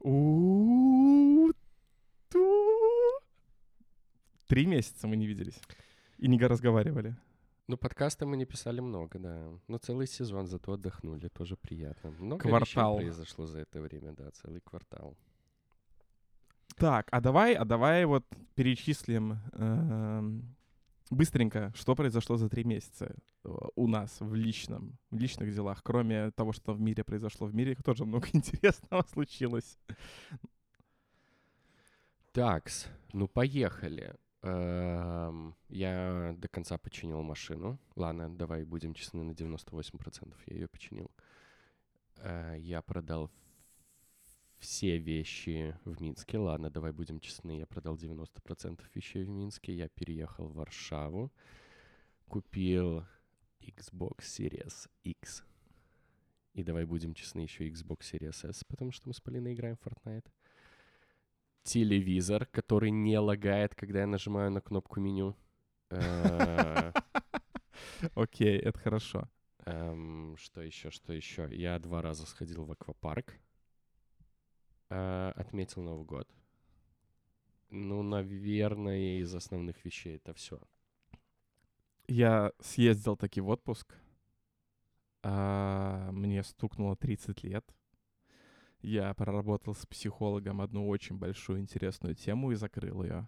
У-ту. 3 месяца мы не виделись и не разговаривали. Ну, подкасты мы не писали много, да. Но целый сезон зато отдохнули, тоже приятно. Много Квартал. вещей произошло за это время, да, целый квартал. Так, а давай вот перечислим быстренько, что произошло за 3 месяца у нас в личных делах. Кроме того, что в мире произошло. В мире тоже много интересного случилось. Такс, ну поехали. Я до конца починил машину. Ладно, давай будем честны, на 98% я ее починил. Я продал все вещи в Минске. Ладно, давай будем честны, я продал 90% вещей в Минске. Я переехал в Варшаву. Купил Xbox Series X. И давай будем честны, еще Xbox Series S, потому что мы с Полиной играем в Fortnite. Телевизор, который не лагает, когда я нажимаю на кнопку меню. Окей, это хорошо. Что еще? Я 2 раза сходил в аквапарк. Отметил Новый год. Ну, наверное, из основных вещей это все. Я съездил таки в отпуск. Мне стукнуло 30 лет. Я проработал с психологом одну очень большую интересную тему и закрыл ее.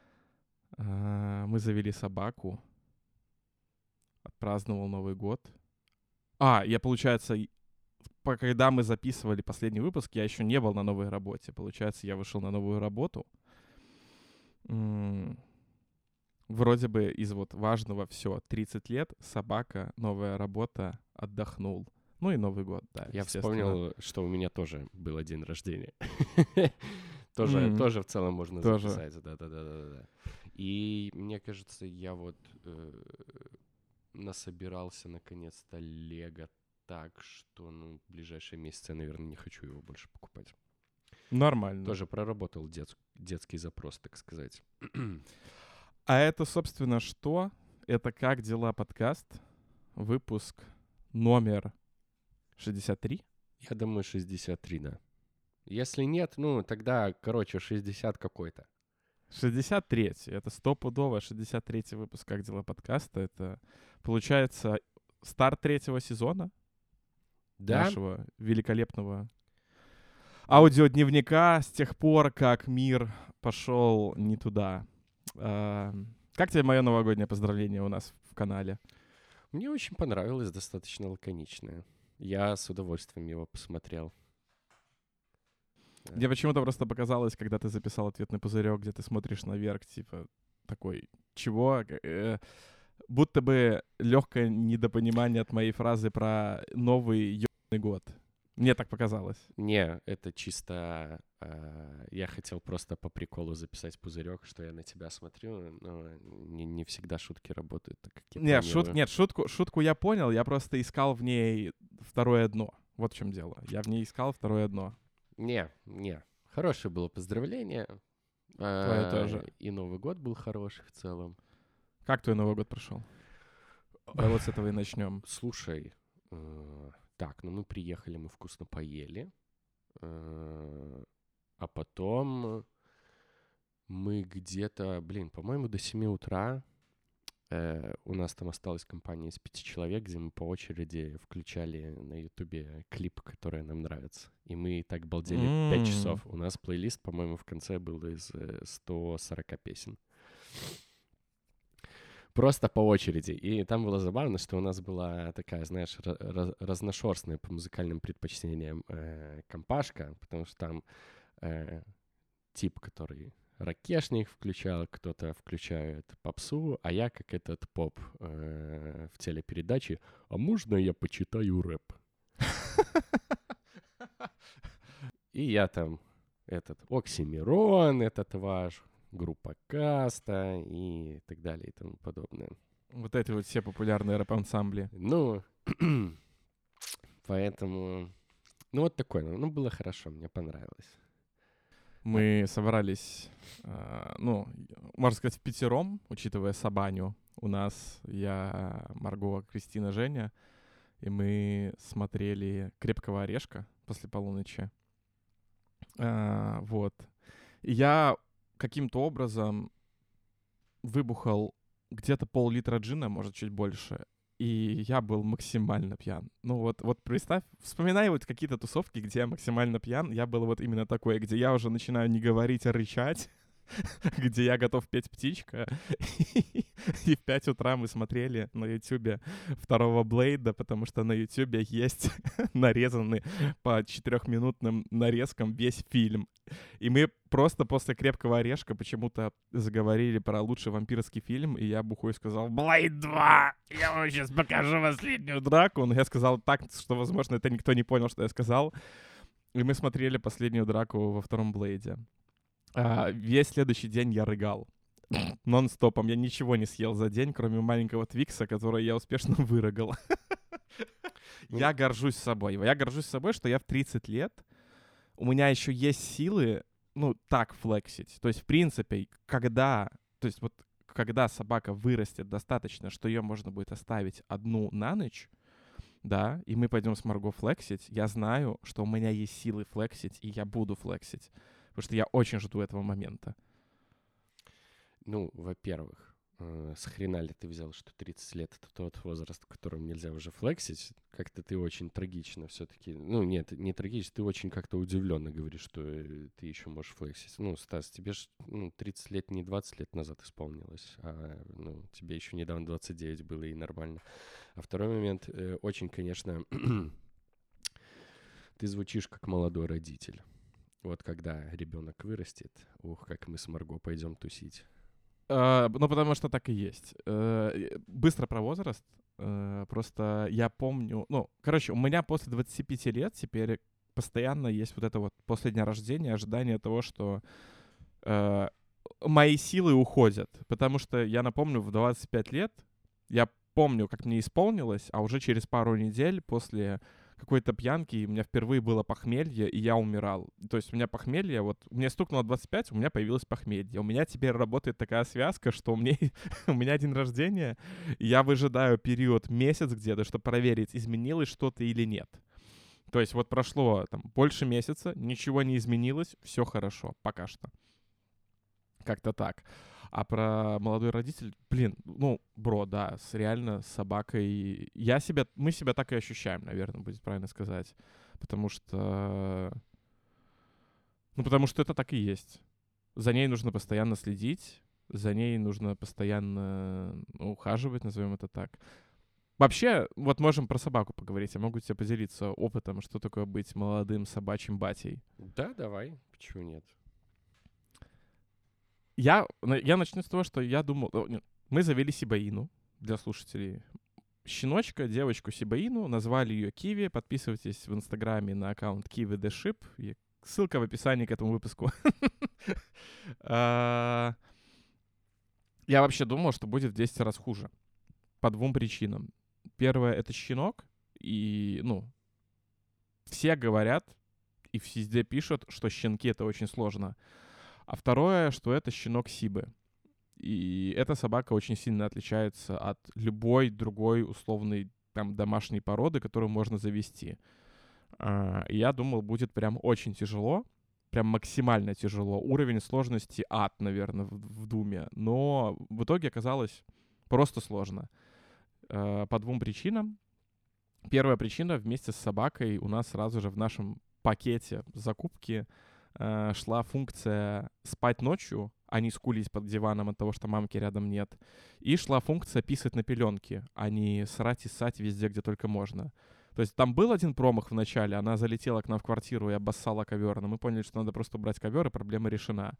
Мы завели собаку. Отпраздновал Новый год. Я, получается, когда мы записывали последний выпуск, я еще не был на новой работе. Получается, я вышел на новую работу. Вроде бы из вот важного все. 30 лет, собака, новая работа, отдохнул. Ну и Новый год, да. Я вспомнил, что у меня тоже был день рождения. Тоже в целом можно записать. Да. И мне кажется, я вот насобирался наконец-то лего так, что в ближайшие месяцы я, наверное, не хочу его больше покупать. Нормально. Тоже проработал детский запрос, так сказать. А это, собственно, что? Это «Как дела?» подкаст. Выпуск номер 63? Я думаю, 63, да. Если нет, тогда, 60 какой-то. 63-й. Это стопудово 63-й выпуск «Как дела?» подкаста. Это, получается, старт 3-го сезона. Да? Нашего великолепного аудиодневника с тех пор, как мир пошел не туда. Как тебе мое новогоднее поздравление у нас в канале? Мне очень понравилось, достаточно лаконичное. Я с удовольствием его посмотрел. Мне почему-то просто показалось, когда ты записал ответный пузырек, где ты смотришь наверх, типа, такой, чего? Будто бы легкое недопонимание от моей фразы про новый ёбаный год. Мне так показалось. Не, это чисто... я хотел просто по приколу записать пузырек, что я на тебя смотрю, но не всегда шутки работают так, как я планирую. Шутку я понял, я просто искал в ней второе дно. Вот в чем дело. Я в ней искал второе дно. Не. Хорошее было поздравление. Твое тоже. И Новый год был хороший в целом. Как твой Новый год прошел? Давай вот с этого и начнем. Слушай, так, мы приехали, мы вкусно поели. А потом мы где-то, по-моему, до 7 утра у нас там осталась компания из 5 человек, где мы по очереди включали на Ютубе клип, который нам нравится. И мы так балдели 5 часов. У нас плейлист, по-моему, в конце был из 140 песен. Просто по очереди. И там было забавно, что у нас была такая, знаешь, разношерстная по музыкальным предпочтениям компашка, потому что там тип, который ракешник включал, кто-то включает попсу, а я как этот поп в телепередаче «А можно я почитаю рэп?» И я там Оксимирон этот ваш, группа Каста и так далее и тому подобное. Вот эти вот все популярные рэп-ансамбли. Поэтому... вот такое. Было хорошо, мне понравилось. Мы собрались, можно сказать, впятером, учитывая Сабаню. У нас я, Марго, Кристина, Женя. И мы смотрели «Крепкого орешка» после полуночи. Вот. И я каким-то образом выбухал где-то пол-литра джина, может, чуть больше. И я был максимально пьян. Ну вот представь, вспоминай вот какие-то тусовки, где я максимально пьян. Я был вот именно такой, где я уже начинаю не говорить, а рычать. Где я готов петь «Птичка». И в 5 утра мы смотрели на Ютубе второго Блейда, потому что на Ютубе есть нарезанный по 4-минутным нарезкам весь фильм. И мы просто после «Крепкого орешка» почему-то заговорили про лучший вампирский фильм, и я бухой сказал: «Блейд 2! Я вам сейчас покажу последнюю драку!» Но я сказал так, что, возможно, это никто не понял, что я сказал. И мы смотрели последнюю драку во втором Блейде. Весь следующий день я рыгал. Нон-стопом. Я ничего не съел за день, кроме маленького Твикса, который я успешно вырыгал. Я горжусь собой. Я горжусь собой, что я в 30 лет, у меня еще есть силы, ну, так флексить. То есть, в принципе, когда собака вырастет достаточно, что ее можно будет оставить одну на ночь, да, и мы пойдем с Марго флексить, я знаю, что у меня есть силы флексить, и я буду флексить. Потому что я очень жду этого момента. Ну, во-первых, с хрена ли ты взял, что 30 лет — это тот возраст, в котором нельзя уже флексить? Как-то ты очень трагично все-таки... Ну, нет, не трагично, ты очень как-то удивленно говоришь, что ты еще можешь флексить. Ну, Стас, тебе же 30 лет не 20 лет назад исполнилось, а тебе еще недавно 29 было, и нормально. А второй момент, очень, конечно, ты звучишь как молодой родитель. Вот когда ребенок вырастет, как мы с Марго пойдем тусить. Ну, потому что так и есть. Быстро про возраст. Просто я помню... Ну, короче, у меня после 25 лет теперь постоянно есть вот это вот после дня рождения ожидание того, что мои силы уходят. Потому что я напомню, в 25 лет я помню, как мне исполнилось, а уже через пару недель после какой-то пьянки, у меня впервые было похмелье, и я умирал. То есть у меня похмелье, вот мне стукнуло 25, у меня появилось похмелье. У меня теперь работает такая связка, что у меня день рождения, и я выжидаю период месяц где-то, чтобы проверить, изменилось что-то или нет. То есть вот прошло там больше месяца, ничего не изменилось, все хорошо, пока что. Как-то так. А про молодой родитель, бро, да, реально с собакой. Мы себя так и ощущаем, наверное, будет правильно сказать. Потому что это так и есть. За ней нужно постоянно следить, за ней нужно постоянно ухаживать, назовем это так. Вообще, вот можем про собаку поговорить. Я могу тебе поделиться опытом, что такое быть молодым собачьим батей. Да, давай, почему нет? Я начну с того, что я думал... Мы завели Сибаину для слушателей. Щеночка, девочку Сибаину, назвали ее Киви. Подписывайтесь в Инстаграме на аккаунт Kiwi the Ship. Ссылка в описании к этому выпуску. Я вообще думал, что будет в 10 раз хуже. По 2 причинам. Первое — это щенок. И, все говорят и везде пишут, что щенки — это очень сложно. А второе, что это щенок Сибы. И эта собака очень сильно отличается от любой другой условной там домашней породы, которую можно завести. И я думал, будет прям очень тяжело, прям максимально тяжело. Уровень сложности ад, наверное, в Думе. Но в итоге оказалось просто сложно. По 2 причинам. Первая причина: вместе с собакой у нас сразу же в нашем пакете закупки шла функция спать ночью, а не скулить под диваном от того, что мамки рядом нет. И шла функция писать на пеленке, а не срать и ссать везде, где только можно. То есть там был один промах в начале, она залетела к нам в квартиру и обоссала ковер, но мы поняли, что надо просто убрать ковер, и проблема решена.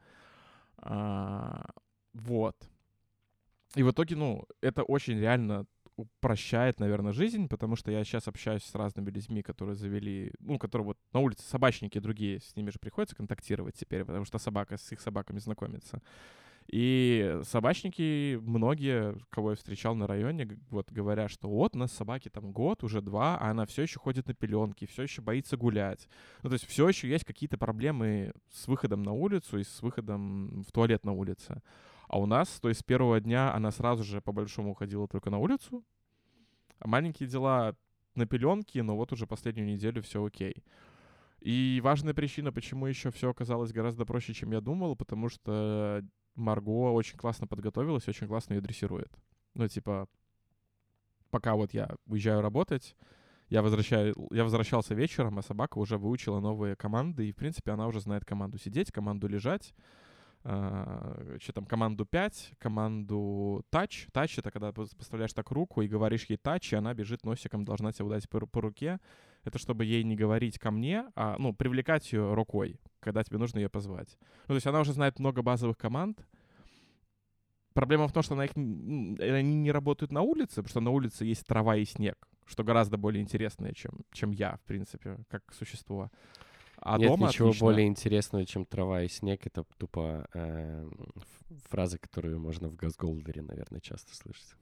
Вот. И в итоге, это очень реально упрощает, наверное, жизнь, потому что я сейчас общаюсь с разными людьми, которые завели, которые вот на улице собачники другие, с ними же приходится контактировать теперь, потому что собака с их собаками знакомится. И собачники, многие, кого я встречал на районе, вот говорят, что вот у нас собаке там год, уже 2, а она все еще ходит на пеленки, все еще боится гулять. То есть все еще есть какие-то проблемы с выходом на улицу и с выходом в туалет на улице. А у нас, то есть с первого дня она сразу же по-большому ходила только на улицу. А маленькие дела на пеленке, но вот уже последнюю неделю все окей. И важная причина, почему еще все оказалось гораздо проще, чем я думал, потому что Марго очень классно подготовилась, очень классно ее дрессирует. Ну, типа, пока вот я уезжаю работать, я возвращался вечером, а собака уже выучила новые команды, и, в принципе, она уже знает команду сидеть, команду лежать, что там, команду 5, команду touch. Touch — это когда ты поставляешь так руку и говоришь ей touch, и она бежит носиком, должна тебя ударить по руке. Это чтобы ей не говорить ко мне, а, ну, привлекать ее рукой, когда тебе нужно ее позвать. Ну, то есть она уже знает много базовых команд. Проблема в том, что они не работают на улице, потому что на улице есть трава и снег, что гораздо более интересное, чем я, в принципе, как существо. А Нет дома ничего отлично. более интересного, чем трава и снег. Это тупо фразы, которые можно в Газголдере, наверное, часто слышать.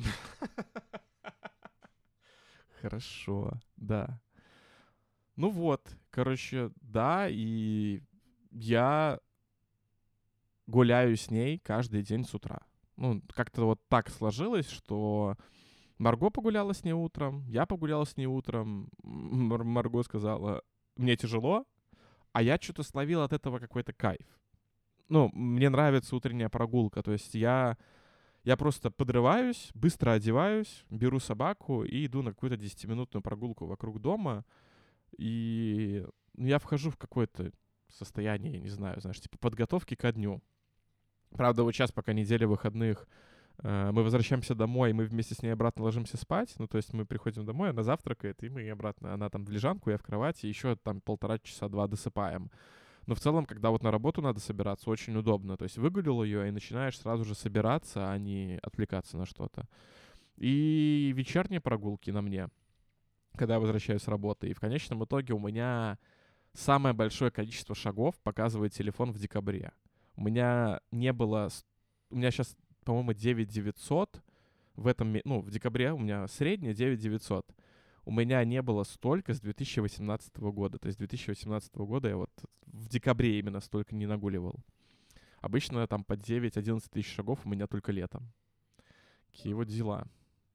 Хорошо, да. Ну вот, короче, да, и я гуляю с ней каждый день с утра. Ну, как-то вот так сложилось, что Марго погуляла с ней утром, я погулял с ней утром, Марго сказала, мне тяжело, а я что-то словил от этого какой-то кайф. Ну, мне нравится утренняя прогулка, то есть я просто подрываюсь, быстро одеваюсь, беру собаку и иду на какую-то 10-минутную прогулку вокруг дома, и я вхожу в какое-то состояние, я не знаю, знаешь, типа подготовки ко дню. Правда, вот сейчас, пока неделя выходных, мы возвращаемся домой, и мы вместе с ней обратно ложимся спать. Ну, то есть мы приходим домой, она завтракает, и мы обратно. Она там в лежанку, я в кровати, еще там 1,5 часа-2 досыпаем. Но в целом, когда вот на работу надо собираться, очень удобно. То есть выгулил ее, и начинаешь сразу же собираться, а не отвлекаться на что-то. И вечерние прогулки на мне, когда я возвращаюсь с работы. И в конечном итоге у меня самое большое количество шагов показывает телефон в декабре. У меня не было... У меня сейчас, по-моему, 9900. В декабре у меня среднее 9900. У меня не было столько с 2018 года. То есть с 2018 года я вот в декабре именно столько не нагуливал. Обычно там по 9-11 тысяч шагов у меня только летом. Какие вот дела.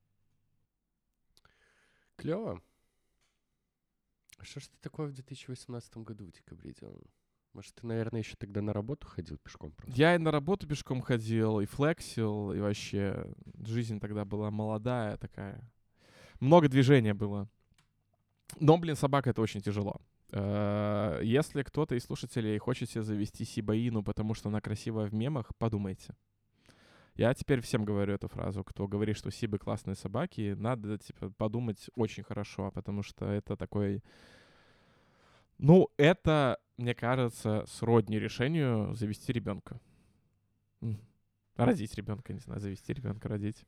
Клево. А что ж ты такое в 2018 году в декабре делал? Может, ты, наверное, еще тогда на работу ходил пешком просто? Я и на работу пешком ходил, и флексил, и вообще жизнь тогда была молодая такая. Много движения было. Но, блин, собака — это очень тяжело. Если кто-то из слушателей хочет себе завести сибаину, потому что она красивая в мемах, подумайте. Я теперь всем говорю эту фразу. Кто говорит, что сибы классные собаки, надо, типа, подумать очень хорошо, потому что это такой... Ну, это, мне кажется, сродни решению завести ребенка. Родить ребенка, не знаю, завести ребенка, родить.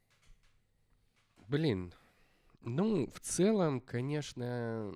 Блин, ну, в целом, конечно...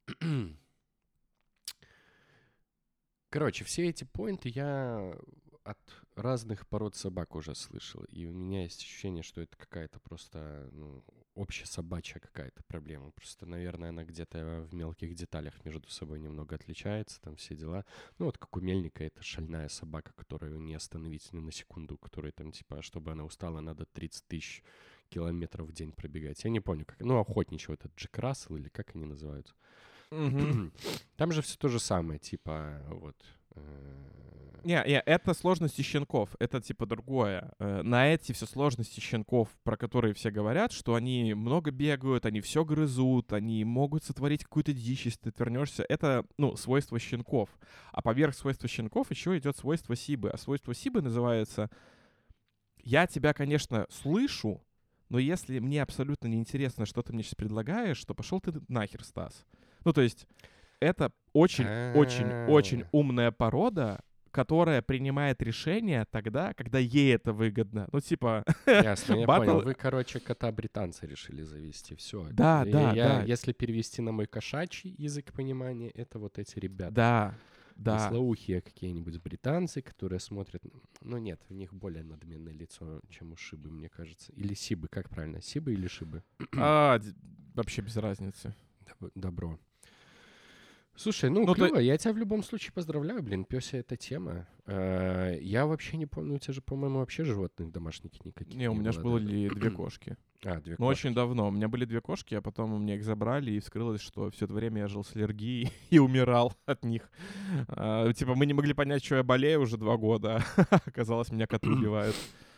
Короче, все эти поинты я от разных пород собак уже слышал. И у меня есть ощущение, что это какая-то просто, ну, общесобачья какая-то проблема. Просто, наверное, она где-то в мелких деталях между собой немного отличается, там все дела. Ну, вот как у Мельника, это шальная собака, которую не остановить ни на секунду, которой там, типа, чтобы она устала, надо 30 тысяч километров в день пробегать. Я не помню, как... Ну, охотничий этот Джек Рассел, или как они называются. Там же все то же самое, типа, вот... Не, это сложности щенков, это типа другое. На эти все сложности щенков, про которые все говорят, что они много бегают, они все грызут, они могут сотворить какую-то дичь, если ты отвернешься, это, ну, свойство щенков. А поверх свойства щенков еще идет свойство сибы. А свойство сибы называется: я тебя, конечно, слышу, но если мне абсолютно неинтересно, что ты мне сейчас предлагаешь, то пошел ты нахер, Стас. Ну, то есть это очень-очень-очень умная порода, которая принимает решения тогда, когда ей это выгодно. Ну, типа... Ясно, я понял. Вы, короче, кота-британца решили завести. Все. Да, да. Если перевести на мой кошачий язык понимания, это вот эти ребята. Да, да. Веслоухие какие-нибудь британцы, которые смотрят... Ну, нет, у них более надменное лицо, чем у шибы, мне кажется. Или сибы, как правильно? Сибы или шибы? Вообще без разницы. Добро. Слушай, ну, Ну, клево, я тебя в любом случае поздравляю, блин, пёся — это тема. Я вообще не помню, у тебя же, по-моему, вообще животных домашних никаких не, у не меня же было, да? были 2 кошки. Две Ну, очень кошки. давно. У меня были 2 кошки, а потом мне их забрали, и вскрылось, что все это время я жил с аллергией и умирал от них. Типа, мы не могли понять, что я болею уже 2 года. Оказалось, меня коты убивают.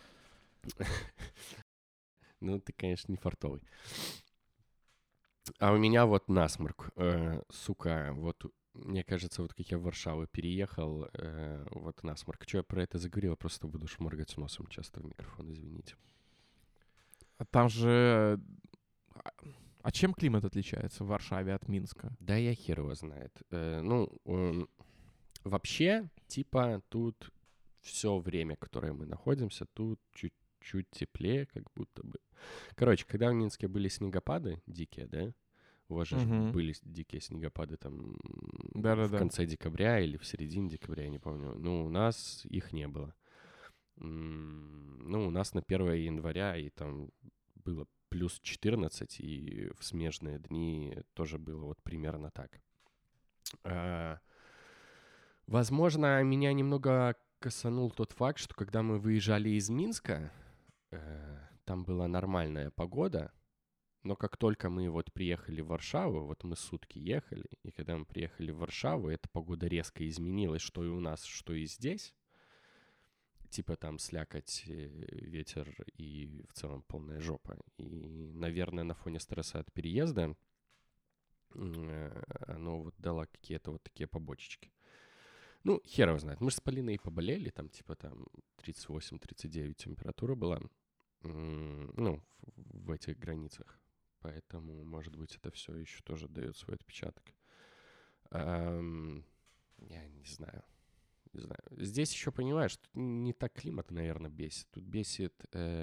Ну, ты, конечно, не фартовый. А у меня вот насморк. Сука, вот мне кажется, вот как я в Варшаву переехал, вот насморк. Что я про это заговорил, просто буду шморгать носом часто в микрофон, извините. А там же... А чем климат отличается в Варшаве от Минска? Да я хер его знает. Вообще, типа, тут все время, которое мы находимся, тут чуть-чуть теплее, как будто бы. Короче, когда в Минске были снегопады дикие, да? У вас же были дикие снегопады там в конце декабря или в середине декабря, я не помню. Ну, у нас их не было. Ну, у нас на 1 января и там было плюс 14, и в смежные дни тоже было вот примерно так. Возможно, меня немного косанул тот факт, что когда мы выезжали из Минска, там была нормальная погода, но как только мы вот приехали в Варшаву, вот мы сутки ехали, и когда мы приехали в Варшаву, эта погода резко изменилась, что и у нас, что и здесь. Типа там слякоть, ветер и в целом полная жопа. И, наверное, на фоне стресса от переезда оно вот дало какие-то вот такие побочечки. Ну, хер его знает. Мы же с Полиной поболели, там типа там 38-39 температура была. Ну, в этих границах. Поэтому, может быть, это все еще тоже дает свой отпечаток. Я не знаю. Не знаю. Здесь еще, понимаешь, тут не так климат, наверное, бесит. Тут бесит...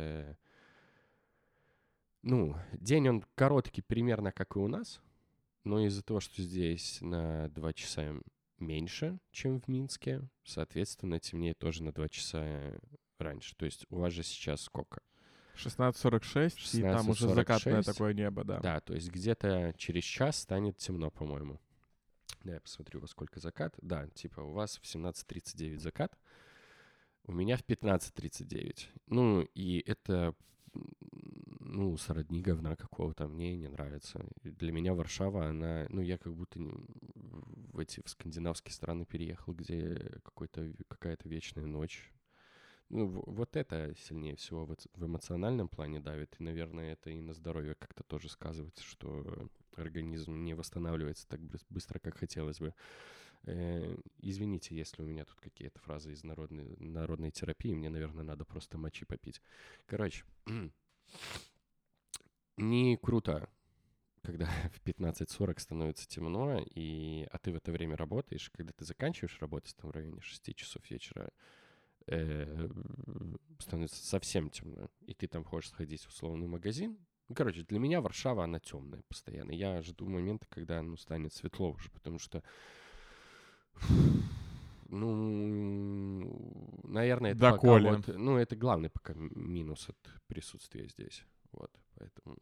Ну, день он короткий примерно, как и у нас. Но из-за того, что здесь на 2 часа меньше, чем в Минске, соответственно, темнее тоже на 2 часа раньше. То есть у вас же сейчас сколько? 16:46, и там уже закатное 16:46. такое небо, да. Да, то есть где-то через час станет темно, по-моему. Да, я посмотрю, во сколько закат. Да, типа у вас в 17:39 закат, у меня в 15:39. Ну, и это, ну, сродни говна какого-то, мне не нравится. И для меня Варшава, она, ну, я как будто в скандинавские страны переехал, где какая-то вечная ночь. Ну, вот это сильнее всего в эмоциональном плане давит. И, наверное, это и на здоровье как-то тоже сказывается, что организм не восстанавливается так быстро, как хотелось бы. Извините, если у меня тут какие-то фразы из народной терапии. Мне, наверное, надо просто мочи попить. Короче, не круто, когда в 15:40 становится темно, а ты в это время работаешь. Когда ты заканчиваешь работать там в районе 6 часов вечера, становится совсем темно, и ты там хочешь сходить в условный магазин. Ну, короче, для меня Варшава, она темная постоянно. Я жду момента, когда, ну, станет светло уже, потому что, ну, наверное, это пока Доколе. вот, ну, это главный пока минус от присутствия здесь. Вот, поэтому...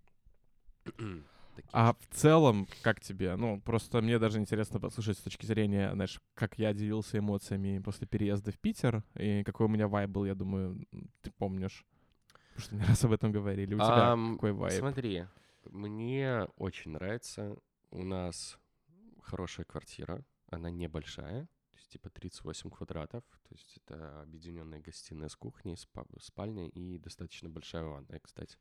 А в целом, как тебе? Ну, просто мне даже интересно послушать с точки зрения, знаешь, как я делился эмоциями после переезда в Питер, и какой у меня вайб был, я думаю, ты помнишь. Потому что не раз об этом говорили. У тебя какой вайб? Смотри, мне очень нравится. У нас хорошая квартира, она небольшая, то есть типа 38 квадратов, то есть это объединенная гостиная с кухней, спальня и достаточно большая ванная, кстати.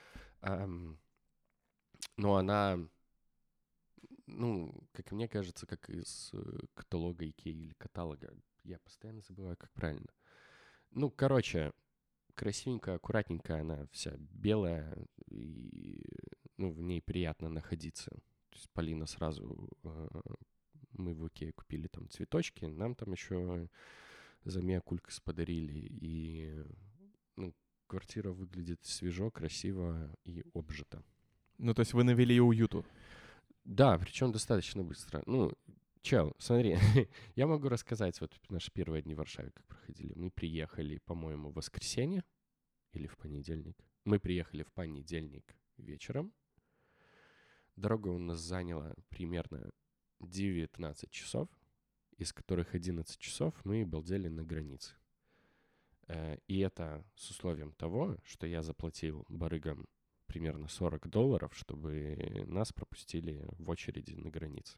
Но она, ну, как мне кажется, как из каталога Икеи или каталога. Я постоянно забываю, как правильно. Ну, короче, красивенькая, аккуратненькая она вся белая, и, ну, в ней приятно находиться. То есть Полина сразу... мы в Икее купили там цветочки, нам там еще за Миа-Кулькас подарили, и, ну, квартира выглядит свежо, красиво и обжито. Ну, то есть вы навели уюту. Да, причем достаточно быстро. Ну, чел, смотри, я могу рассказать вот наши первые дни в Варшаве, как проходили. Мы приехали, по-моему, в воскресенье или в понедельник. Мы приехали в понедельник вечером. Дорога у нас заняла примерно 19 часов, из которых 11 часов мы балдели на границе. И это с условием того, что я заплатил барыгам примерно $40, чтобы нас пропустили в очереди на границе.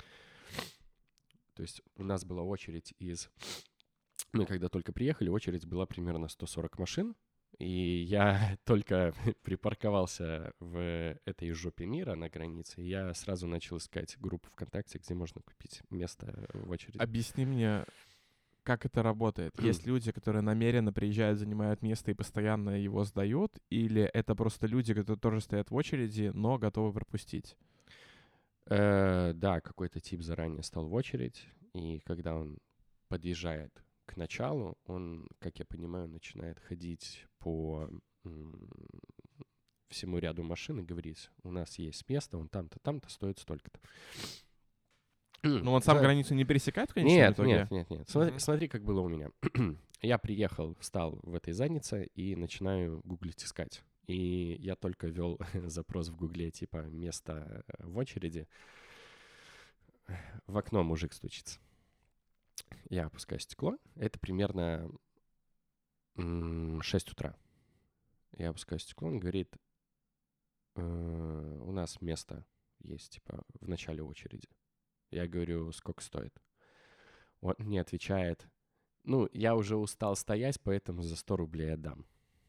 То есть у нас была очередь из... Мы когда только приехали, очередь была примерно 140 машин, и я только припарковался в этой жопе мира на границе, и я сразу начал искать группу ВКонтакте, где можно купить место в очереди. Объясни мне, как это работает? Есть люди, которые намеренно приезжают, занимают место и постоянно его сдают, или это просто люди, которые тоже стоят в очереди, но готовы пропустить? Да, какой-то тип заранее стал в очередь, и когда он подъезжает к началу, он, как я понимаю, начинает ходить по всему ряду машин и говорить: у нас есть место, он там-то стоит столько-то. Ну, он сам границу не пересекает в конечном итоге? Нет. Смотри, как было у меня. Я приехал, встал в этой заднице и начинаю гуглить, искать. И я только ввел запрос в гугле, типа, место в очереди. В окно мужик стучится. Я опускаю стекло. Это примерно 6 утра. Я опускаю стекло, он говорит: у нас место есть, типа, в начале очереди. Я говорю: сколько стоит? Он мне отвечает: ну, я уже устал стоять, поэтому за 100 рублей отдам.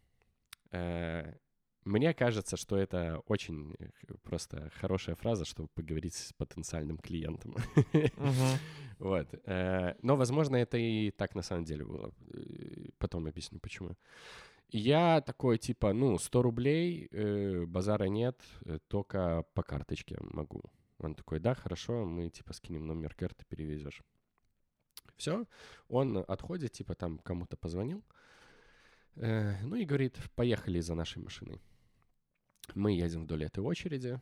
Мне кажется, что это очень просто хорошая фраза, чтобы поговорить с потенциальным клиентом. Вот. Но, возможно, это и так на самом деле было. Потом объясню, почему. Я такой, типа, 100 рублей, базара нет, только по карточке могу. Он такой: да, хорошо, мы, типа, скинем номер карты, перевезешь. Все. Он отходит, типа, там кому-то позвонил. Ну и говорит: поехали за нашей машиной. Мы едем вдоль этой очереди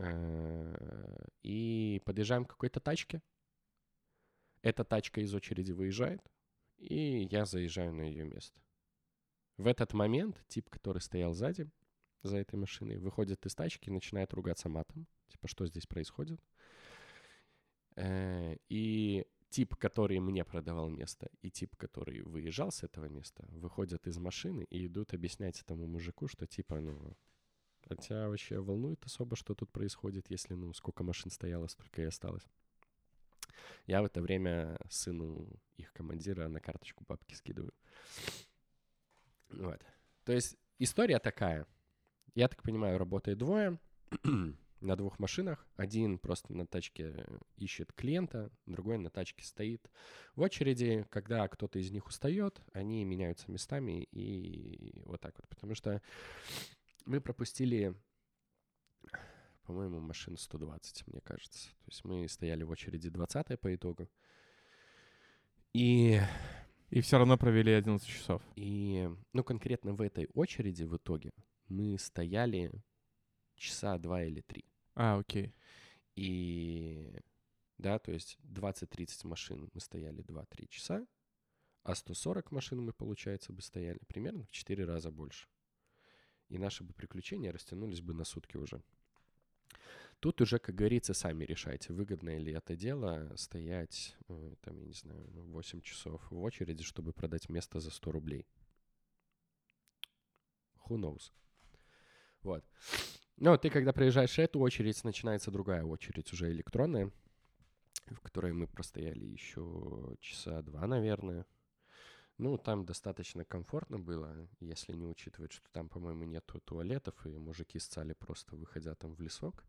и подъезжаем к какой-то тачке. Эта тачка из очереди выезжает, и я заезжаю на ее место. В этот момент тип, который стоял сзади, за этой машиной, выходит из тачки и начинает ругаться матом. Типа, что здесь происходит? И тип, который мне продавал место, и тип, который выезжал с этого места, выходят из машины и идут объяснять этому мужику, что типа, а тебя вообще волнует особо, что тут происходит, если, сколько машин стояло, столько и осталось. Я в это время сыну их командира на карточку бабки скидываю. Вот. То есть история такая. Я так понимаю, работает двое на 2 машинах. Один просто на тачке ищет клиента, другой на тачке стоит в очереди. Когда кто-то из них устает, они меняются местами и вот так вот. Потому что мы пропустили, по-моему, машин 120, мне кажется. То есть мы стояли в очереди 20-й по итогу. И все равно провели 11 часов. И, конкретно в этой очереди в итоге мы стояли часа 2 или 3. Окей. И, да, то есть 20-30 машин мы стояли 2-3 часа, а 140 машин мы, получается, бы стояли примерно в 4 раза больше. И наши бы приключения растянулись бы на сутки уже. Тут уже, как говорится, сами решайте, выгодно ли это дело стоять, там, я не знаю, 8 часов в очереди, чтобы продать место за 100 рублей. Who knows? Вот. Но ты, когда проезжаешь эту очередь, начинается другая очередь, уже электронная, в которой мы простояли еще часа 2, наверное. Там достаточно комфортно было, если не учитывать, что там, по-моему, нету туалетов, и мужики ссали просто выходя там в лесок.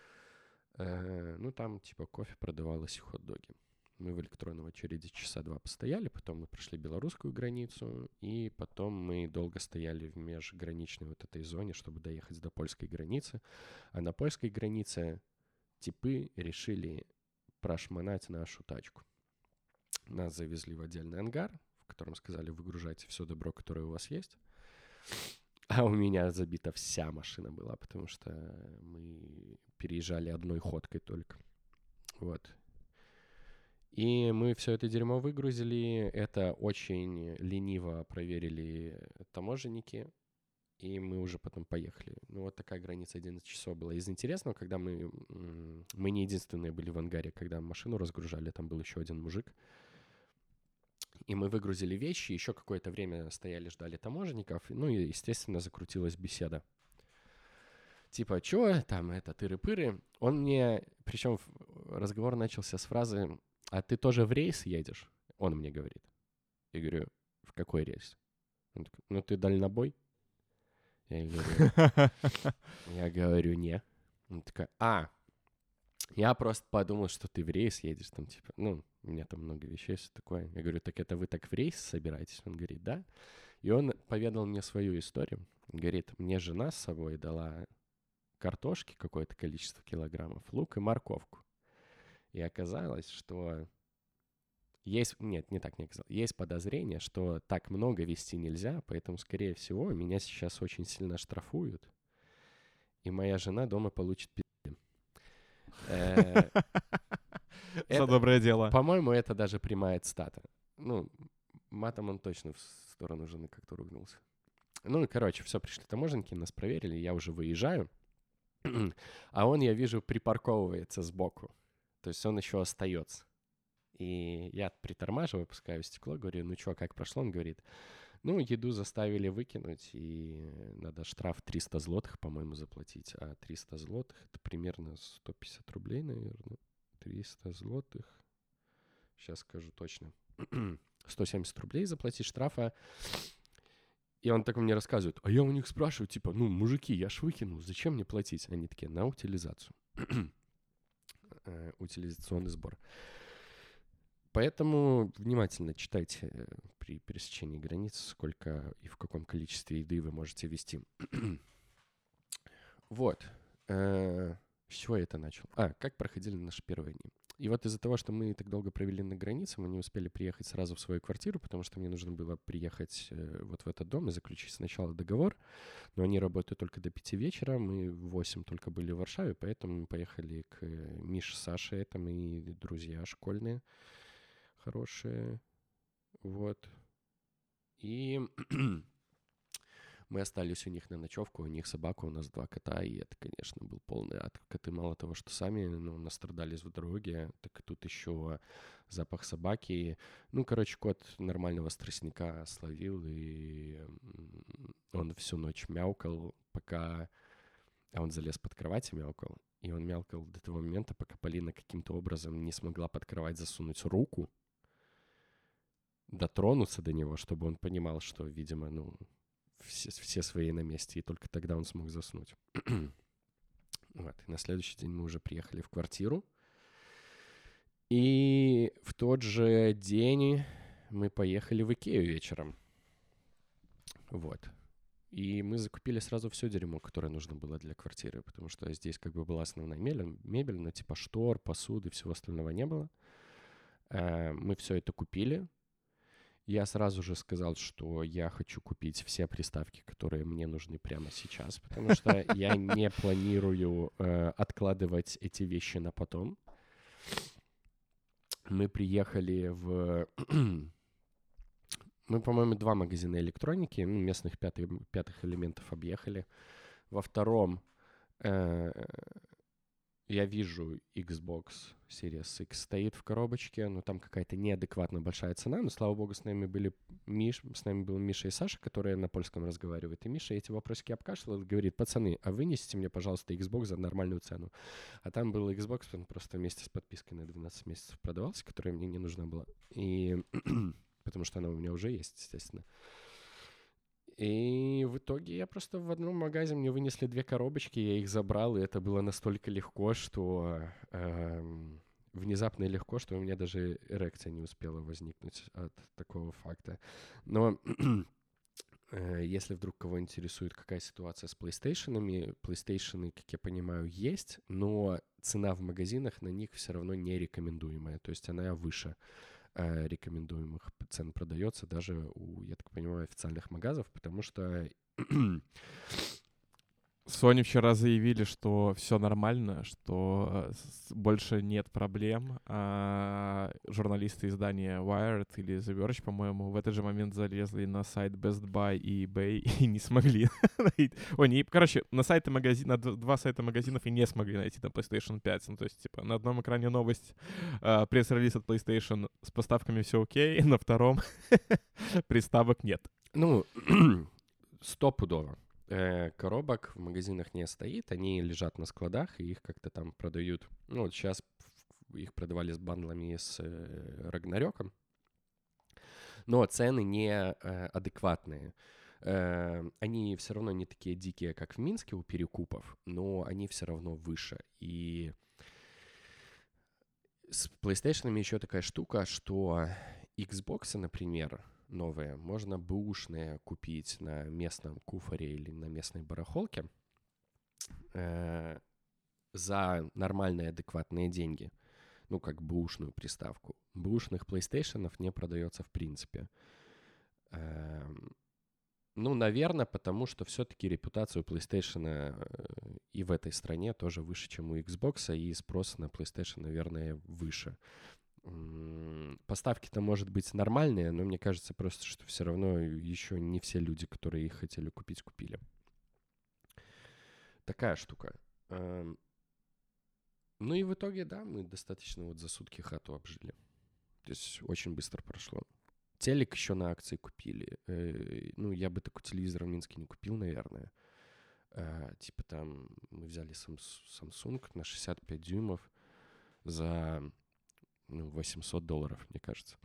Там типа кофе продавалось и хот-доги. Мы в электронной очереди часа 2 постояли, потом мы прошли белорусскую границу, и потом мы долго стояли в межграничной вот этой зоне, чтобы доехать до польской границы. А на польской границе типы решили прошмонать нашу тачку. Нас завезли в отдельный ангар, в котором сказали: выгружайте все добро, которое у вас есть. А у меня забита вся машина была, потому что мы переезжали одной ходкой только. Вот. И мы все это дерьмо выгрузили. Это очень лениво проверили таможенники. и мы уже потом поехали. Ну, вот такая граница 11 часов была. Из интересного, когда мы не единственные были в ангаре, когда машину разгружали, там был еще один мужик. И мы выгрузили вещи, еще какое-то время стояли, ждали таможенников. Ну и, естественно, закрутилась беседа. Типа, чё там, тыры-пыры. Он мне, причем разговор начался с фразы: «А ты тоже в рейс едешь?» Он мне говорит. Я говорю: «В какой рейс?» Он такой: «Ну ты дальнобой?» Я говорю: «Не». Он такой: я просто подумал, что ты в рейс едешь, там, типа, ну, у меня там много вещей, все такое. Я говорю: «Так это вы так в рейс собираетесь?» Он говорит: «Да». И он поведал мне свою историю. Он говорит: «Мне жена с собой дала картошки какое-то количество килограммов, лук и морковку. И оказалось, что есть... Нет, не так не оказалось. Есть подозрение, что так много везти нельзя, поэтому, скорее всего, меня сейчас очень сильно штрафуют, и моя жена дома получит пизды». За доброе дело. По-моему, это даже прямая цитата. Ну, матом он точно в сторону жены как-то ругнулся. Ну, короче, все, пришли таможенники, нас проверили, я уже выезжаю. А он, я вижу, припарковывается сбоку. То есть он еще остается. И я притормаживаю, опускаю стекло, говорю: «Ну что, как прошло?» Он говорит: «Ну, еду заставили выкинуть, и надо штраф 300 злотых, по-моему, заплатить». А 300 злотых — это примерно 150 рублей, наверное. 300 злотых. Сейчас скажу точно. 170 рублей заплатить штрафа. И он так мне рассказывает. А я у них спрашиваю, типа, ну, мужики, я ж выкинул, зачем мне платить? Они такие: на утилизацию. Утилизационный сбор. Поэтому внимательно читайте при пересечении границ, сколько и в каком количестве еды вы можете везти. Вот. С чего я это начал? Как проходили наши первые дни. И вот из-за того, что мы так долго провели на границе, мы не успели приехать сразу в свою квартиру, потому что мне нужно было приехать вот в этот дом и заключить сначала договор. Но они работают только до 5 вечера, мы в 8 только были в Варшаве, поэтому мы поехали к Мише, Саше, это мои друзья школьные, хорошие. Вот. И мы остались у них на ночевку, у них собака, у нас 2 кота, и это, конечно, был полный ад. Коты мало того, что сами, настрадались в дороге, так и тут еще запах собаки. Ну, короче, кот нормального стрессняка словил, и он всю ночь мяукал, пока... А он залез под кровать и мяукал. И он мяукал до того момента, пока Полина каким-то образом не смогла под кровать засунуть руку, дотронуться до него, чтобы он понимал, что, видимо, все свои на месте, и только тогда он смог заснуть. Вот. И на следующий день мы уже приехали в квартиру. И в тот же день мы поехали в Икею вечером. Вот. И мы закупили сразу все дерьмо, которое нужно было для квартиры, потому что здесь как бы была основная мебель, но типа штор, посуды, всего остального не было. Мы все это купили. Я сразу же сказал, что я хочу купить все приставки, которые мне нужны прямо сейчас, потому что я не планирую откладывать эти вещи на потом. Мы приехали в... Мы, по-моему, 2 магазина электроники, местных пятых элементов объехали. Во втором я вижу Xbox Series X стоит в коробочке, но там какая-то неадекватно большая цена, но, слава богу, с нами был Миша и Саша, которые на польском разговаривают, и Миша эти вопросики обкашлял и говорит: пацаны, а вынесите мне, пожалуйста, Xbox за нормальную цену. А там был Xbox, он просто вместе с подпиской на 12 месяцев продавался, которая мне не нужна была, и потому что она у меня уже есть, естественно. И в итоге я просто в одном магазине, мне вынесли 2 коробочки, я их забрал, и это было настолько легко, что... внезапно и легко, что у меня даже эрекция не успела возникнуть от такого факта. Но если вдруг кого интересует, какая ситуация с PlayStation'ами, PlayStation'ы, как я понимаю, есть, но цена в магазинах на них все равно не рекомендуемая, то есть она выше рекомендуемых цен продается даже у, я так понимаю, официальных магазов, потому что Sony вчера заявили, что все нормально, что больше нет проблем. Журналисты издания Wired или The Verge, по-моему, в этот же момент залезли на сайт Best Buy и eBay и не смогли найти. Короче, на сайты магазина, два сайта магазинов и не смогли найти на PlayStation 5. Ну, то есть, типа, на одном экране новость, пресс-релиз от PlayStation с поставками все окей, на втором приставок нет. Ну, стопудово. Коробок в магазинах не стоит, они лежат на складах, и их как-то там продают. Ну, вот сейчас их продавали с бандлами с Рагнарёком, но цены не адекватные. Они все равно не такие дикие, как в Минске у перекупов, но они все равно выше. И с PlayStation еще такая штука, что Xbox, например, новые, можно бэушные купить на местном куфоре или на местной барахолке за нормальные, адекватные деньги. Ну, как бэушную приставку. Бэушных PlayStation'ов не продается в принципе. Ну, наверное, потому что все-таки репутация у PlayStation и в этой стране тоже выше, чем у Xbox, и спрос на PlayStation, наверное, выше. Поставки-то, может быть, нормальные, но мне кажется просто, что все равно еще не все люди, которые их хотели купить, купили. Такая штука. Ну и в итоге, да, мы достаточно вот за сутки хату обжили. То есть очень быстро прошло. Телек еще на акции купили. Ну, я бы такой телевизор в Минске не купил, наверное. Типа там мы взяли Samsung на 65 дюймов за $800, мне кажется.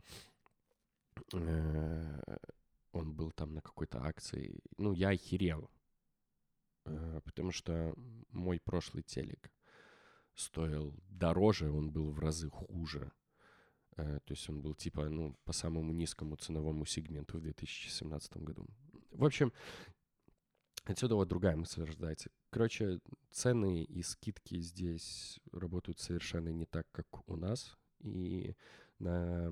Он был там на какой-то акции. Ну, я охерел. Потому что мой прошлый телек стоил дороже, он был в разы хуже. То есть он был типа, ну, по самому низкому ценовому сегменту в 2017 году. В общем, отсюда вот другая мысль рождается. Короче, цены и скидки здесь работают совершенно не так, как у нас. И на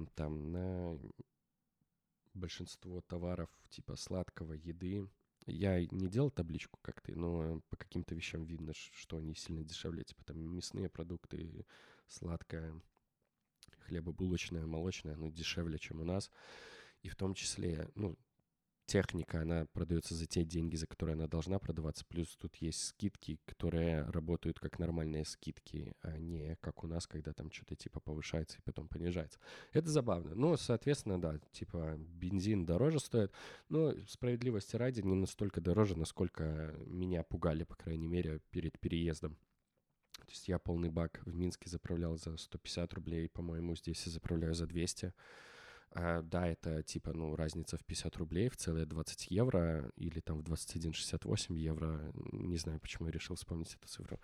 большинство товаров типа сладкого, еды. Я не делал табличку, как ты, но по каким-то вещам видно, что они сильно дешевле. Типа там мясные продукты, сладкое, хлебобулочное, молочное, оно дешевле, чем у нас. И в том числе, ну, техника, она продается за те деньги, за которые она должна продаваться. Плюс тут есть скидки, которые работают как нормальные скидки, а не как у нас, когда там что-то типа повышается и потом понижается. Это забавно. Ну, соответственно, да, типа бензин дороже стоит, но справедливости ради не настолько дороже, насколько меня пугали, по крайней мере, перед переездом. То есть я полный бак в Минске заправлял за 150 рублей, по-моему, здесь я заправляю за 200. Да, это типа, ну, разница в 50 рублей, в целые 20 евро или там в 21,68 евро. Не знаю, почему я решил вспомнить эту цифру.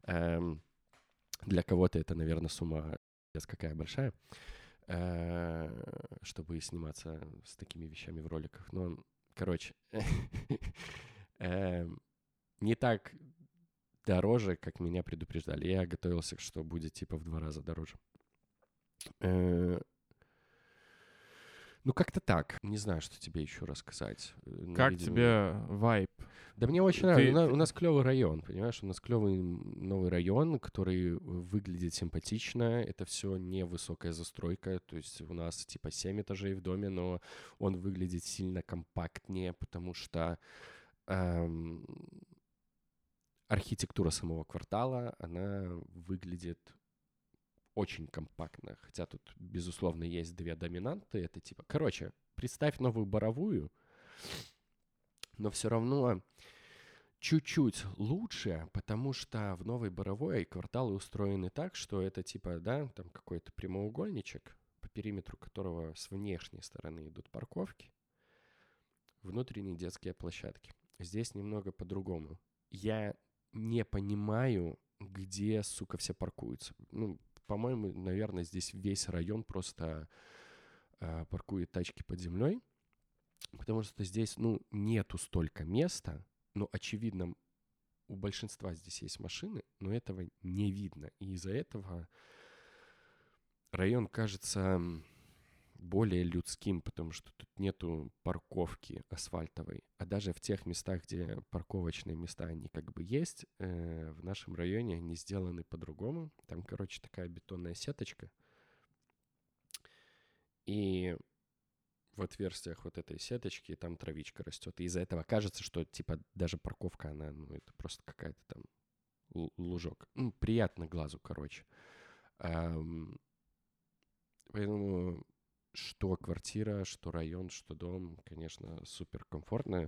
Для кого-то это, наверное, сумма какая большая, чтобы сниматься с такими вещами в роликах. Но, короче, не так дороже, как меня предупреждали. Я готовился, что будет типа в 2 раза дороже. Ну, как-то так. Не знаю, что тебе еще рассказать. Как тебе вайб? Да мне очень нравится. У нас клевый район, понимаешь? У нас клевый новый район, который выглядит симпатично. Это все невысокая застройка. То есть у нас типа 7 этажей в доме, но он выглядит сильно компактнее, потому что архитектура самого квартала, она выглядит очень компактно. Хотя тут, безусловно, есть 2 доминанты. Это типа... Короче, представь новую Боровую, но все равно чуть-чуть лучше, потому что в Новой Боровой кварталы устроены так, что это типа, да, там какой-то прямоугольничек, по периметру которого с внешней стороны идут парковки, внутренние детские площадки. Здесь немного по-другому. Я не понимаю, где, сука, все паркуются. Ну, по-моему, наверное, здесь весь район просто паркует тачки под землей, потому что здесь, ну, нету столько места, но, очевидно, у большинства здесь есть машины, но этого не видно. И из-за этого район кажется более людским, потому что тут нету парковки асфальтовой. А даже в тех местах, где парковочные места, они как бы есть, в нашем районе они сделаны по-другому. Там, короче, такая бетонная сеточка. И в отверстиях вот этой сеточки там травичка растет. И из-за этого кажется, что, типа, даже парковка, она, ну, это просто какая-то там лужок. Ну, приятно глазу, короче. Поэтому что квартира, что район, что дом, конечно, супер комфортно.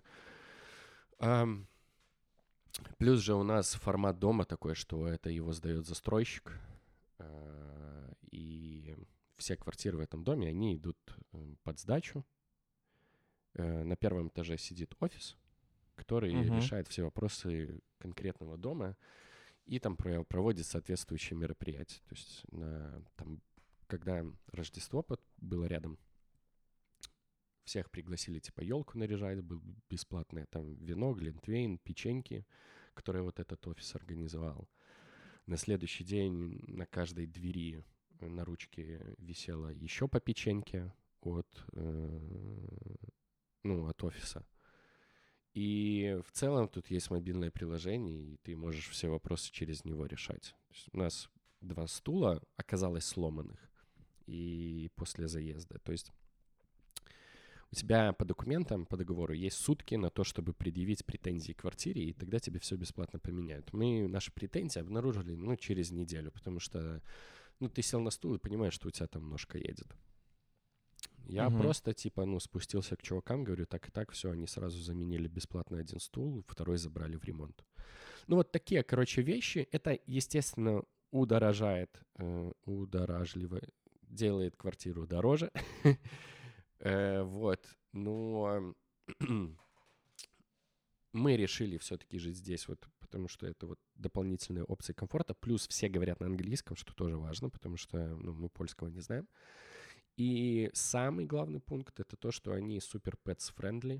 Плюс же у нас формат дома такой, что это его сдает застройщик. И все квартиры в этом доме, они идут под сдачу. На первом этаже сидит офис, который решает все вопросы конкретного дома. И там проводит соответствующие мероприятия. То есть там, когда Рождество было рядом, всех пригласили, типа, елку наряжать, был бесплатное там вино, глинтвейн, печеньки, которые вот этот офис организовал. На следующий день на каждой двери на ручке висело еще по печеньке от офиса. И в целом тут есть мобильное приложение, и ты можешь все вопросы через него решать. У нас 2 стула оказалось сломанных и после заезда. То есть у тебя по документам, по договору есть сутки на то, чтобы предъявить претензии к квартире, и тогда тебе все бесплатно поменяют. Мы наши претензии обнаружили, через неделю, потому что, ты сел на стул и понимаешь, что у тебя там ножка едет. Я просто, спустился к чувакам, говорю, так и так, все, они сразу заменили бесплатно 1 стул, 2 забрали в ремонт. Вот такие, вещи, это, естественно, делает квартиру дороже. Но мы решили все-таки жить здесь, потому что это дополнительные опции комфорта, плюс все говорят на английском, что тоже важно, потому что мы польского не знаем. И самый главный пункт — это то, что они супер pets-friendly.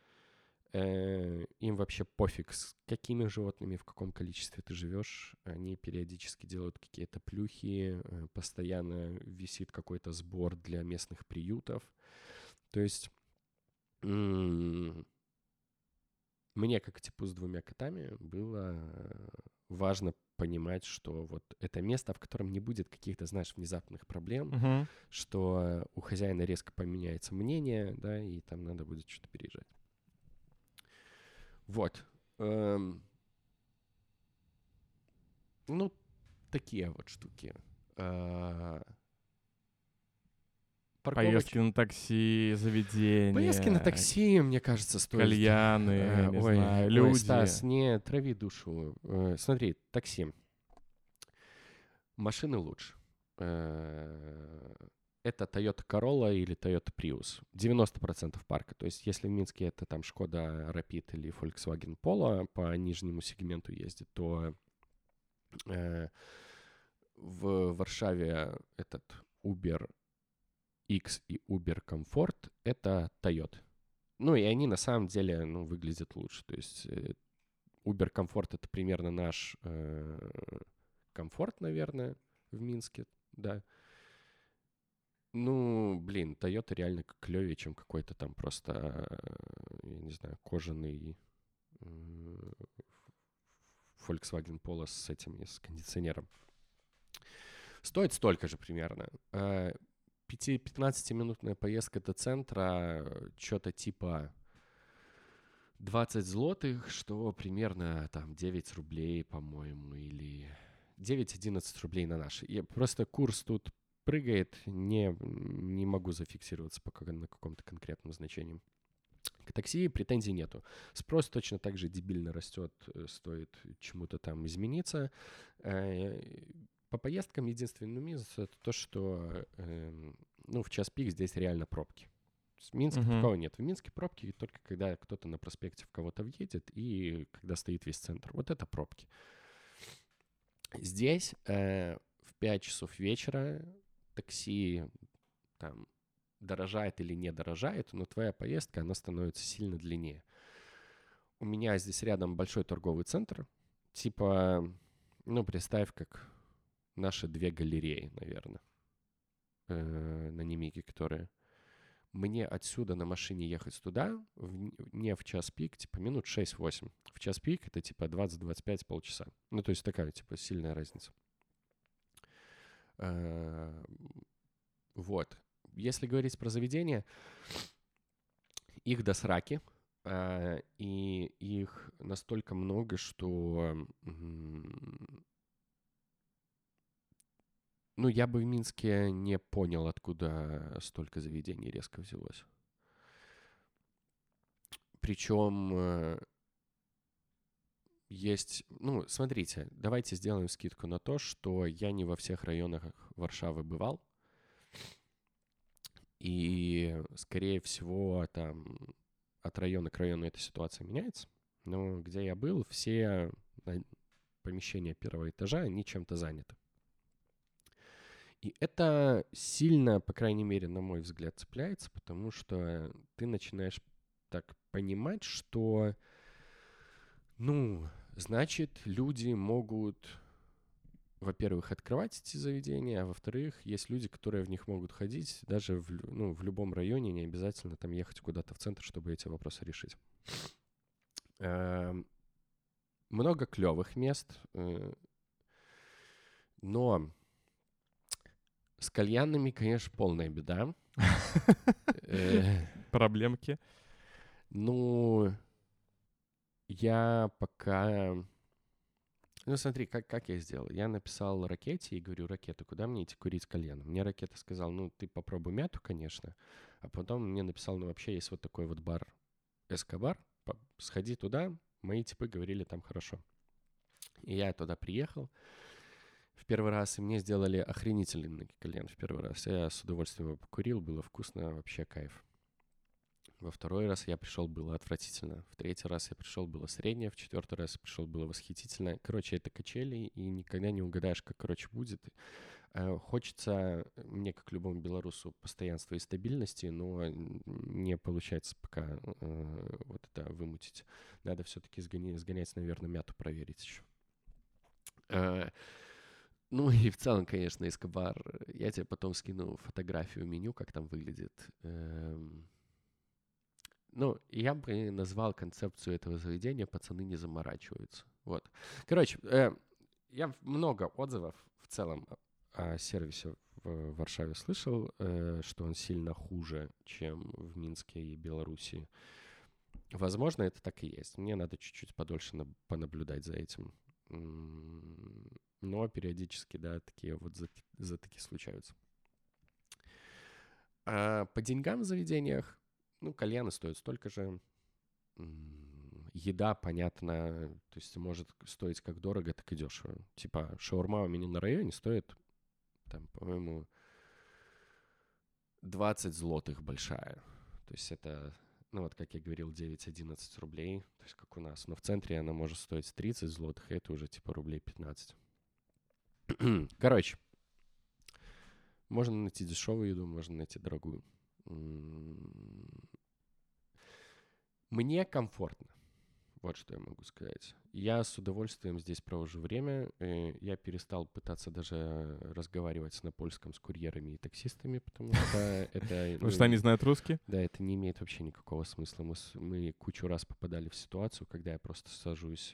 Им вообще пофиг, с какими животными, в каком количестве ты живешь. Они периодически делают какие-то плюхи, постоянно висит какой-то сбор для местных приютов. То есть мне, как типу с 2 котами, было важно понимать, что это место, в котором не будет каких-то, знаешь, внезапных проблем, что у хозяина резко поменяется мнение, да, и там надо будет что-то переезжать. Такие штуки. Поездки на такси, заведения. Поездки на такси, мне кажется, стоит... Кальяны, не знаю, люди. Стас, не трави душу. Смотри, такси. Машины лучше. Это Toyota Corolla или Toyota Prius. 90% парка. То есть если в Минске это там Шкода Rapid или Volkswagen Polo по нижнему сегменту ездит, то в Варшаве этот Uber X и Uber Comfort — это Toyota. И они на самом деле, выглядят лучше. То есть Uber Comfort — это примерно наш комфорт, наверное, в Минске, да. Toyota реально клёвее, чем какой-то там просто, я не знаю, кожаный Volkswagen Polo с кондиционером. Стоит столько же примерно. 15-минутная поездка до центра, что-то типа 20 злотых, что примерно там 9 рублей, по-моему, или 9-11 рублей на наши. Просто курс тут прыгает, не могу зафиксироваться пока на каком-то конкретном значении. К такси претензий нету. Спрос точно так же дебильно растет, стоит чему-то там измениться. По поездкам единственный минус — это то, что в час пик здесь реально пробки. В Минске такого нет. В Минске пробки только когда кто-то на проспекте в кого-то въедет и когда стоит весь центр. Вот это пробки. Здесь в 5 часов вечера такси там дорожает или не дорожает, но твоя поездка, она становится сильно длиннее. У меня здесь рядом большой торговый центр. Представь, как наши 2 галереи, наверное, на Немиге, которые. мне отсюда на машине ехать туда не в час пик, типа минут 6-8. В час пик это типа 20-25, полчаса. Ну, то есть такая, типа, сильная разница. Вот. Если говорить про заведения, их до сраки. И их настолько много, что... Ну, я бы в Минске не понял, откуда столько заведений резко взялось. Причем есть... Ну, смотрите, давайте сделаем скидку на то, что я не во всех районах Варшавы бывал. И, скорее всего, там от района к району эта ситуация меняется. Но где я был, все помещения первого этажа, они чем-то заняты. И это сильно, по крайней мере, на мой взгляд, цепляется, потому что ты начинаешь так понимать, что, ну, значит, люди могут, во-первых, открывать эти заведения, а во-вторых, есть люди, которые в них могут ходить даже в любом районе, не обязательно там ехать куда-то в центр, чтобы эти вопросы решить. Много клевых мест, но с кальянными, конечно, полная беда. Проблемки. Ну, я пока... Ну, смотри, как я сделал. Я написал Ракете и говорю: Ракета, куда мне идти курить кальян? Мне Ракета сказал: ну, ты попробуй мяту, конечно. А потом мне написал: ну, вообще есть вот такой вот бар, Эскобар, сходи туда. Мои типы говорили, там хорошо. И я туда приехал в первый раз, и мне сделали охренительный кальян в первый раз. Я с удовольствием его покурил, было вкусно, вообще кайф. Во второй раз я пришел, было отвратительно. В третий раз я пришел, было среднее. В четвертый раз я пришел, было восхитительно. Короче, это качели, и никогда не угадаешь, как, будет. Хочется, мне, как любому белорусу, постоянства и стабильности, но не получается пока вот это вымутить. Надо все-таки сгонять, наверное, мяту проверить еще. Ну и в целом, конечно, Эскобар. Я тебе потом скину фотографию меню, как там выглядит. Ну, я бы назвал концепцию этого заведения «Пацаны не заморачиваются». Вот. Короче, я много отзывов в целом о сервисе в Варшаве слышал, что он сильно хуже, чем в Минске и Беларуси. Возможно, это так и есть. Мне надо чуть-чуть подольше понаблюдать за этим. Но периодически, да, такие вот затыки случаются. А по деньгам в заведениях, ну, кальяны стоят столько же. Еда, понятно, то есть может стоить как дорого, так и дешево. Типа шаурма у меня на районе стоит, там, по-моему, 20 злотых большая. То есть это, ну вот как я говорил, 9-11 рублей, то есть как у нас. Но в центре она может стоить 30 злотых, и это уже типа рублей 15. Короче, можно найти дешевую еду, можно найти дорогую. Мне комфортно. Вот что я могу сказать. Я с удовольствием здесь провожу время. Я перестал пытаться даже разговаривать на польском с курьерами и таксистами, потому что это... Потому что они знают русский? Да, это не имеет вообще никакого смысла. Мы кучу раз попадали в ситуацию, когда я просто сажусь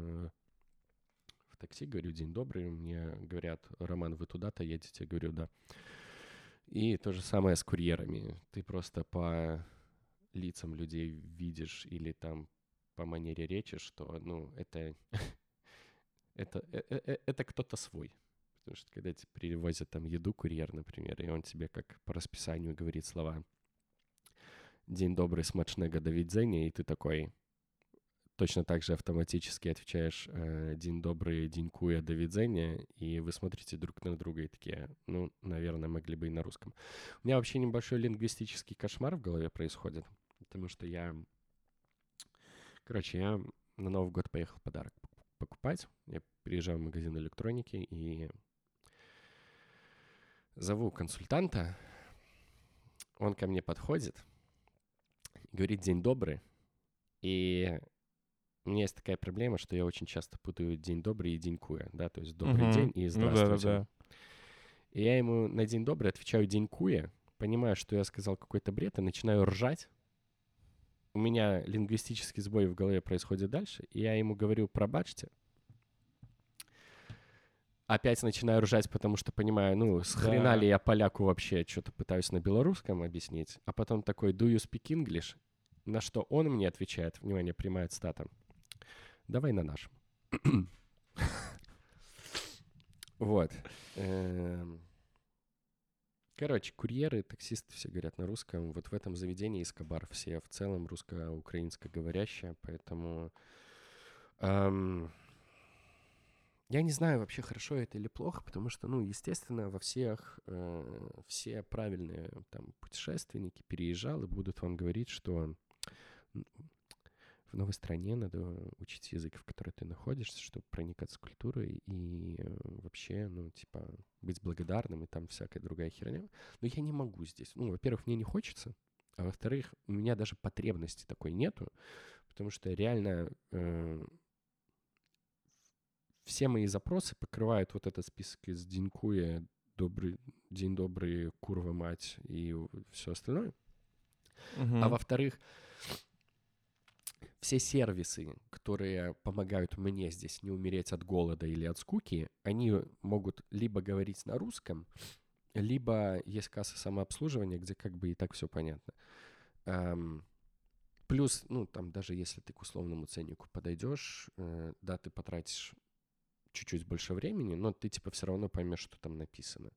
в такси, говорю: день добрый. Мне говорят: Роман, вы туда-то едете? Я говорю: да. И то же самое с курьерами. Ты просто по лицам людей видишь или там по манере речи, что, ну, это кто-то свой. Потому что когда тебе привозят там еду, курьер, например, и он тебе как по расписанию говорит слова «День добрый, смачного, до видения», и ты такой точно так же автоматически отвечаешь «День добрый, денькуя, до видения», и вы смотрите друг на друга и такие: ну, наверное, могли бы и на русском. У меня вообще небольшой лингвистический кошмар в голове происходит, потому что я на Новый год поехал подарок покупать. Я приезжаю в магазин электроники и зову консультанта. Он ко мне подходит, говорит: день добрый. И у меня есть такая проблема, что я очень часто путаю день добрый и денькуя, да, то есть добрый день и здравствуйте. Ну, да. И я ему на день добрый отвечаю денькуя, понимаю, что я сказал какой-то бред, и начинаю ржать. У меня лингвистический сбой в голове происходит дальше, и я ему говорю: пробачьте. Опять начинаю ржать, потому что понимаю, ну, с хрена ли я поляку вообще что-то пытаюсь на белорусском объяснить. А потом такой: do you speak English? На что он мне отвечает, внимание, прямая цитата: давай на нашем. Вот. Короче, курьеры, таксисты все говорят на русском. Вот в этом заведении Эскобар все в целом русско-украинско говорящие, поэтому я не знаю вообще, хорошо это или плохо, потому что, ну, естественно, во всех все правильные там путешественники переезжал и будут вам говорить, что в новой стране надо учить язык, в котором ты находишься, чтобы проникаться в культурой и вообще, ну, типа, быть благодарным и там всякая другая херня. Но я не могу здесь. Ну, во-первых, мне не хочется, а во-вторых, у меня даже потребности такой нету, потому что реально все мои запросы покрывают вот этот список из «Динкуя», «День добрый», «Курва мать» и все остальное. А во-вторых, все сервисы, которые помогают мне здесь не умереть от голода или от скуки, они могут либо говорить на русском, либо есть касса самообслуживания, где как бы и так все понятно. Плюс, ну, там даже если ты к условному ценнику подойдешь, да, ты потратишь чуть-чуть больше времени, но ты типа все равно поймешь, что там написано.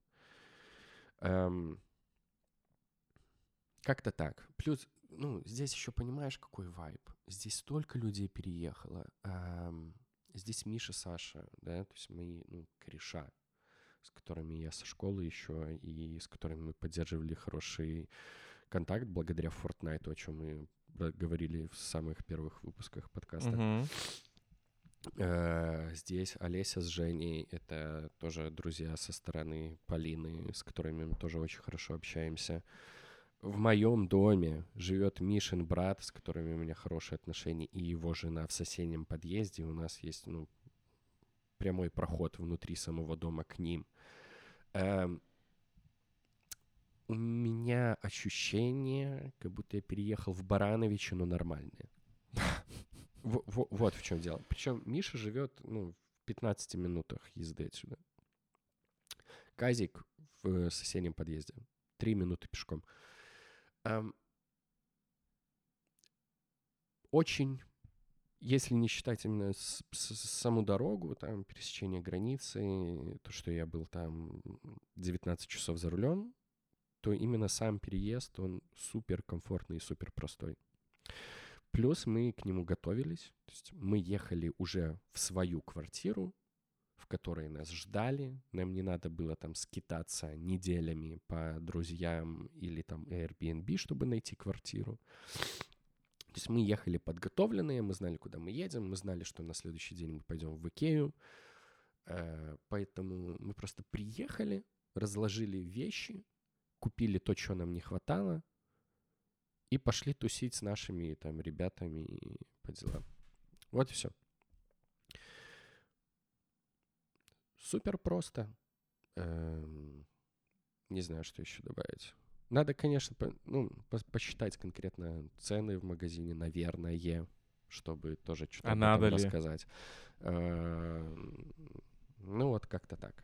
Как-то так. Плюс, ну, здесь еще понимаешь, какой вайб. Здесь столько людей переехало. Здесь Миша, Саша, да, то есть мои, ну, кореша, с которыми я со школы еще, и с которыми мы поддерживали хороший контакт благодаря Fortnite, о чем мы говорили в самых первых выпусках подкаста. Здесь Олеся с Женей, это тоже друзья со стороны Полины, с которыми мы тоже очень хорошо общаемся. В моем доме живет Мишин брат, с которыми у меня хорошие отношения, и его жена в соседнем подъезде. У нас есть, ну, прямой проход внутри самого дома к ним. У меня ощущение, как будто я переехал в Барановичи, но нормальное. Вот в чем дело. Причем Миша живет, ну, в 15 минутах езды отсюда. Казик в соседнем подъезде. 3 минуты пешком. Очень, если не считать именно саму дорогу, там, пересечение границы, то, что я был там 19 часов за рулем, то именно сам переезд, он супер комфортный и супер простой. Плюс мы к нему готовились, то есть мы ехали уже в свою квартиру, в которой нас ждали, нам не надо было там скитаться неделями по друзьям или там Airbnb, чтобы найти квартиру. То есть мы ехали подготовленные, мы знали, куда мы едем, мы знали, что на следующий день мы пойдем в Икею, поэтому мы просто приехали, разложили вещи, купили то, что нам не хватало, и пошли тусить с нашими там ребятами по делам. Вот и все. Супер просто. Не знаю, что еще добавить. Надо, конечно, посчитать конкретно цены в магазине, наверное, чтобы тоже что-то об этом рассказать. Ну вот как-то так.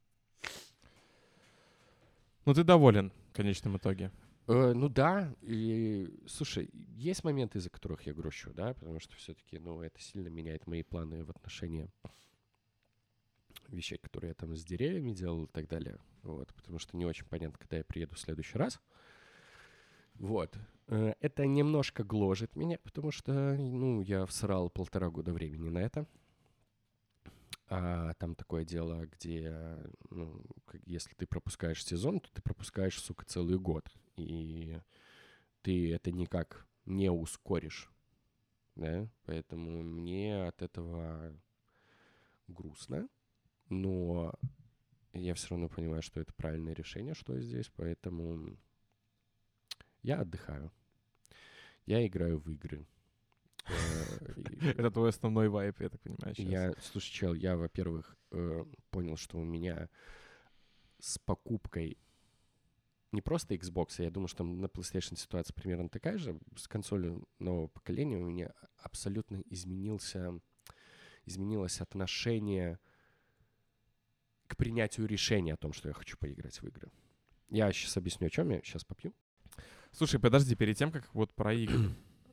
Ну ты доволен в конечном итоге? Ну да, и, слушай, есть моменты, из-за которых я грущу, да, потому что все-таки, ну, это сильно меняет мои планы в отношении вещей, которые я там с деревьями делал и так далее, вот, потому что не очень понятно, когда я приеду в следующий раз, вот. Это немножко гложет меня, потому что, ну, я всрал 1,5 года времени на это. А там такое дело, где, ну, если ты пропускаешь сезон, то ты пропускаешь, сука, целый год. И ты это никак не ускоришь, да? Поэтому мне от этого грустно. Но я все равно понимаю, что это правильное решение, что я здесь. Поэтому я отдыхаю. Я играю в игры. Это твой основной вайп, я так понимаю, сейчас. Слушай, чел, я, во-первых, понял, что у меня с покупкой не просто Xbox, я думаю, что там на PlayStation ситуация примерно такая же. С консолью нового поколения у меня абсолютно изменилось отношение к принятию решения о том, что я хочу поиграть в игры. Я сейчас объясню, о чем я. Сейчас попью. Слушай, подожди, перед тем, как вот про игры.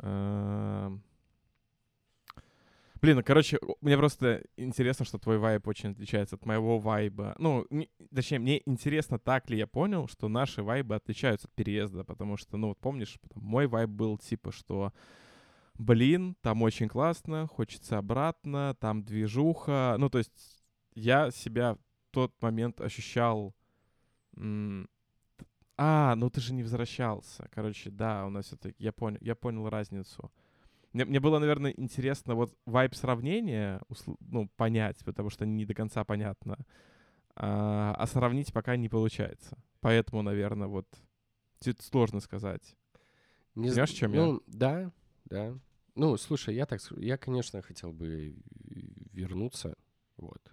Блин, ну, короче, мне просто интересно, что твой вайб очень отличается от моего вайба. Ну, точнее, мне интересно, так ли я понял, что наши вайбы отличаются от переезда, потому что, ну, вот помнишь, мой вайб был типа, что, блин, там очень классно, хочется обратно, там движуха. Ну, то есть я себя в тот момент ощущал... ну ты же не возвращался. Короче, да, у нас все-таки... Я понял разницу. Мне было, наверное, интересно вот вайб сравнения понять, потому что не до конца понятно. А сравнить пока не получается. Поэтому, наверное, вот сложно сказать. Понимаешь, в чем я? Ну, да. Ну, слушай, я, конечно, хотел бы вернуться, вот.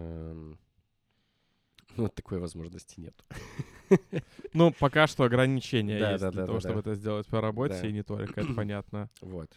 Но такой возможности нет. Ну, пока что ограничения Да, есть да, для да, того, да, чтобы да. это сделать по работе, Да. и не только, это понятно. Вот.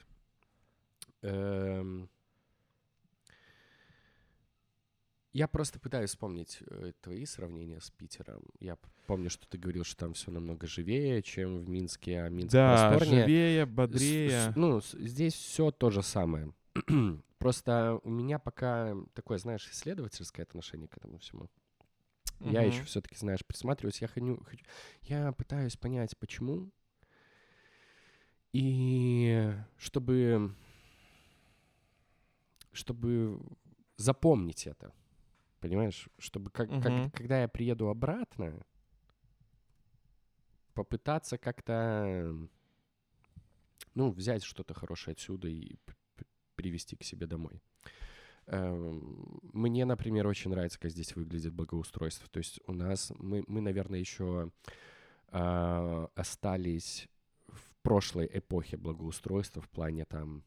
Я просто пытаюсь вспомнить твои сравнения с Питером. Я помню, что ты говорил, что там все намного живее, чем в Минске, а Минск Да, просторнее. живее, бодрее. Здесь все то же самое. Просто у меня пока такое, знаешь, исследовательское отношение к этому всему. Я еще все-таки, знаешь, присматриваюсь. Я пытаюсь понять, почему. И чтобы запомнить это. Понимаешь? Чтобы когда я приеду обратно, попытаться как-то, взять что-то хорошее отсюда и привезти к себе домой. Мне, например, очень нравится, как здесь выглядит благоустройство. То есть у нас, мы наверное, еще остались в прошлой эпохе благоустройства в плане там,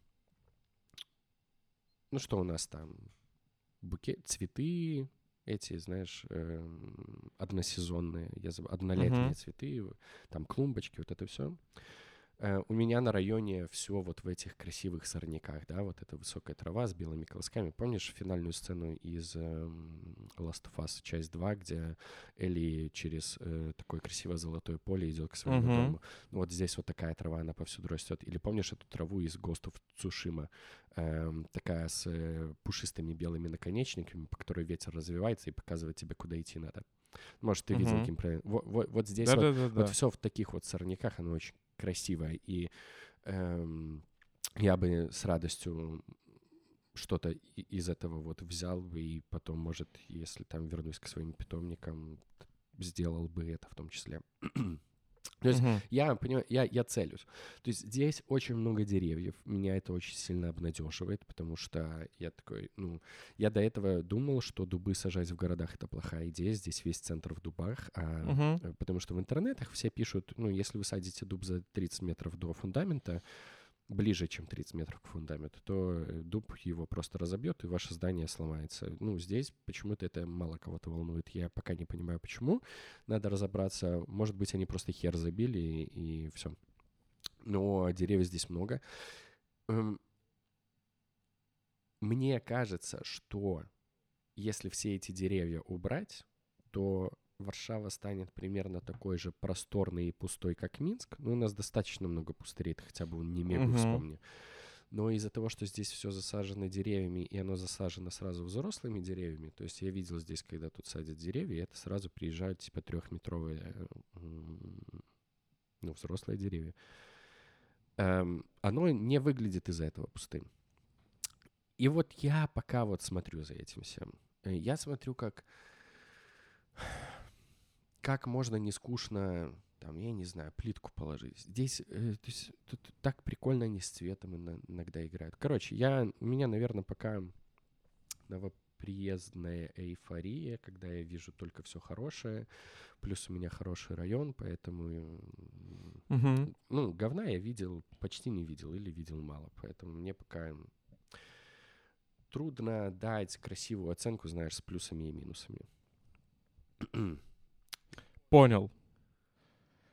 что у нас там? Букет, цветы эти, знаешь, односезонные, однолетние цветы, там клумбочки, вот это все. У меня на районе все вот в этих красивых сорняках, да, вот эта высокая трава с белыми колосками. Помнишь финальную сцену из Last of Us, часть 2, где Элли через такое красивое золотое поле идет к своему дому? Вот здесь вот такая трава, она повсюду растет. Или помнишь эту траву из Ghost of Tsushima? Такая с пушистыми белыми наконечниками, по которой ветер развивается и показывает тебе, куда идти надо. Может, ты видел геймплей. Вот здесь вот все в таких вот сорняках, оно очень красивое. И я бы с радостью что-то из этого вот взял бы и потом, может, если там вернусь к своим питомникам, сделал бы это в том числе. То есть я понимаю, я целюсь. То есть здесь очень много деревьев. Меня это очень сильно обнадеживает, потому что я такой, я до этого думал, что дубы сажать в городах — это плохая идея. Здесь весь центр в дубах. Потому что в интернетах все пишут, если вы садите дуб за 30 метров до фундамента, ближе, чем 30 метров к фундаменту, то дуб его просто разобьет, и ваше здание сломается. Здесь почему-то это мало кого-то волнует. Я пока не понимаю, почему. Надо разобраться. Может быть, они просто хер забили, и все. Но деревьев здесь много. Мне кажется, что если все эти деревья убрать, то Варшава станет примерно такой же просторной и пустой, как Минск. У нас достаточно много пустырей, ты хотя бы Немегу вспомни. Но из-за того, что здесь все засажено деревьями, и оно засажено сразу взрослыми деревьями, то есть я видел здесь, когда тут садят деревья, это сразу приезжают типа 3-метровые взрослые деревья. Оно не выглядит из-за этого пустым. И вот я пока вот смотрю за этим всем. Я смотрю, как можно не скучно, там, я не знаю, плитку положить. Здесь, то есть, тут так прикольно они с цветом иногда играют. Короче, у меня, наверное, пока новоприездная эйфория, когда я вижу только все хорошее, плюс у меня хороший район, поэтому, говна я видел, почти не видел или видел мало, поэтому мне пока трудно дать красивую оценку, знаешь, с плюсами и минусами. Понял.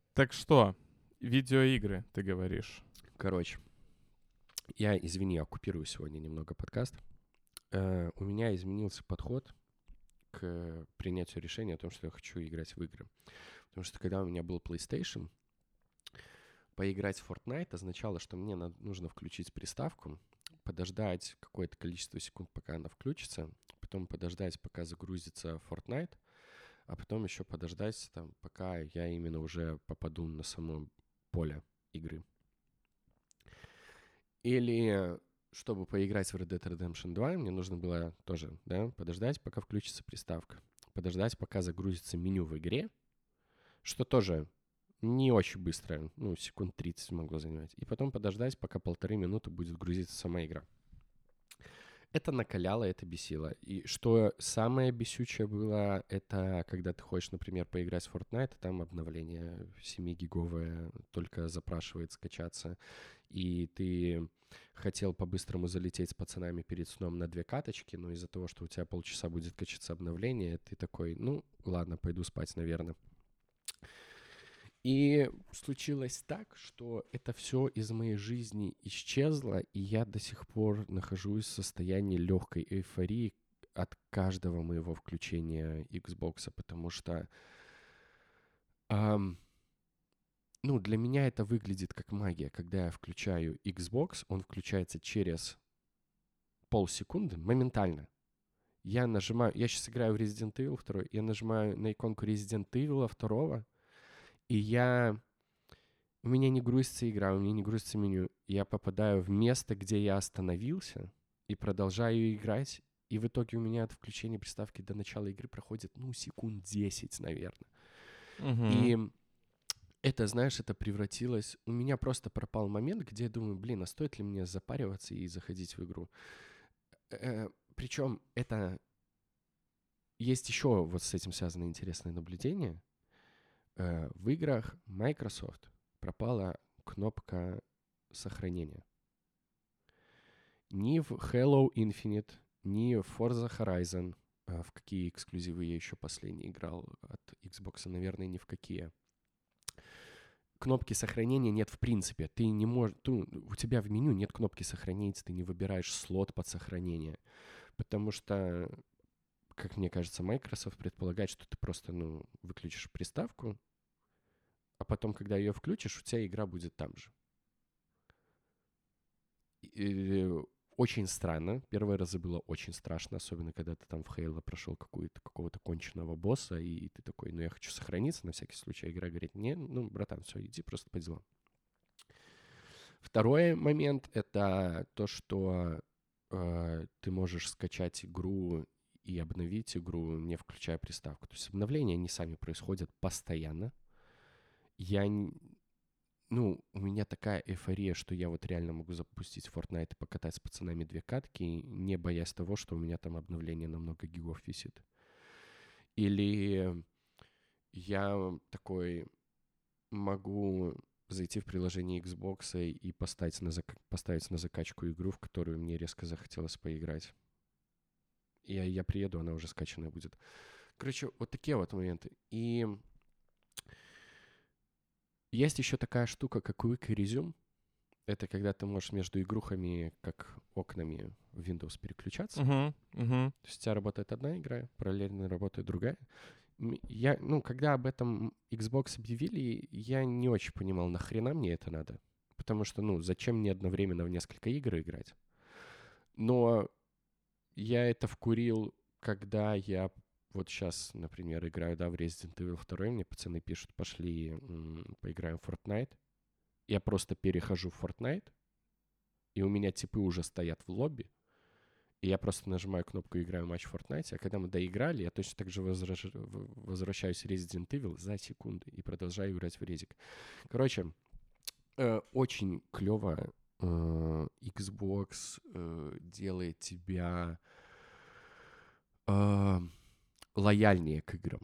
Так что, видеоигры, ты говоришь. Короче, я, извини, оккупирую сегодня немного подкаст. У меня изменился подход к принятию решения о том, что я хочу играть в игры. Потому что когда у меня был PlayStation, поиграть в Fortnite означало, что мне нужно включить приставку, подождать какое-то количество секунд, пока она включится, потом подождать, пока загрузится Fortnite, а потом еще подождать, там, пока я именно уже попаду на само поле игры. Или, чтобы поиграть в Red Dead Redemption 2, мне нужно было тоже, да, подождать, пока включится приставка, подождать, пока загрузится меню в игре, что тоже не очень быстро, ну, секунд 30 могло занимать, и потом подождать, пока 1,5 минуты будет грузиться сама игра. Это накаляло, это бесило. И что самое бесючее было, это когда ты хочешь, например, поиграть в Fortnite, там обновление 7-гиговое только запрашивает скачаться, и ты хотел по-быстрому залететь с пацанами перед сном на 2 каточки, но из-за того, что у тебя полчаса будет качаться обновление, ты такой, ну, ладно, пойду спать, наверное. И случилось так, что это все из моей жизни исчезло, и я до сих пор нахожусь в состоянии легкой эйфории от каждого моего включения Xbox, потому что, ну, для меня это выглядит как магия. Когда я включаю Xbox, он включается через полсекунды, моментально. Я сейчас играю в Resident Evil 2, я нажимаю на иконку Resident Evil 2, и у меня не грузится игра, у меня не грузится меню. Я попадаю в место, где я остановился, и продолжаю играть. И в итоге у меня от включения приставки до начала игры проходит, ну, секунд 10, наверное. И это, знаешь, это превратилось... У меня просто пропал момент, где я думаю, блин, а стоит ли мне запариваться и заходить в игру? Причем это... Есть еще вот с этим связано интересное наблюдение. В играх Microsoft пропала кнопка сохранения. Ни в Halo Infinite, ни в Forza Horizon, в какие эксклюзивы я еще последний играл от Xbox, наверное, ни в какие. Кнопки сохранения нет в принципе. Ты не можешь... у тебя в меню нет кнопки сохранить, ты не выбираешь слот под сохранение. Потому что, как мне кажется, Microsoft предполагает, что ты просто, ну, выключишь приставку, а потом, когда ее включишь, у тебя игра будет там же. Очень странно. Первые разы было очень страшно, особенно когда ты там в Halo прошел какого-то конченого босса, и ты такой, ну, я хочу сохраниться на всякий случай. А игра говорит, не, ну, братан, все, иди просто по делам. Второй момент — это то, что ты можешь скачать игру и обновить игру, не включая приставку. То есть обновления, они сами происходят постоянно. У меня такая эйфория, что я вот реально могу запустить Fortnite и покатать с пацанами 2 катки, не боясь того, что у меня там обновление на много гигов висит. Или я такой могу зайти в приложение Xbox и поставить на закачку игру, в которую мне резко захотелось поиграть. И я приеду, она уже скачанная будет. Короче, вот такие вот моменты. И есть еще такая штука, как Quick Resume. Это когда ты можешь между игрухами, как окнами в Windows, переключаться. То есть у тебя работает одна игра, параллельно работает другая. Когда об этом Xbox объявили, я не очень понимал, нахрена мне это надо. Потому что, зачем мне одновременно в несколько игр играть? Но я это вкурил, когда я вот сейчас, например, играю, в Resident Evil 2, мне пацаны пишут, пошли поиграем в Fortnite. Я просто перехожу в Fortnite, и у меня типы уже стоят в лобби, и я просто нажимаю кнопку «Играю матч в Fortnite», а когда мы доиграли, я точно так же возвращаюсь в Resident Evil за секунды и продолжаю играть в Резик. Короче, очень клево. Xbox делает тебя лояльнее к играм.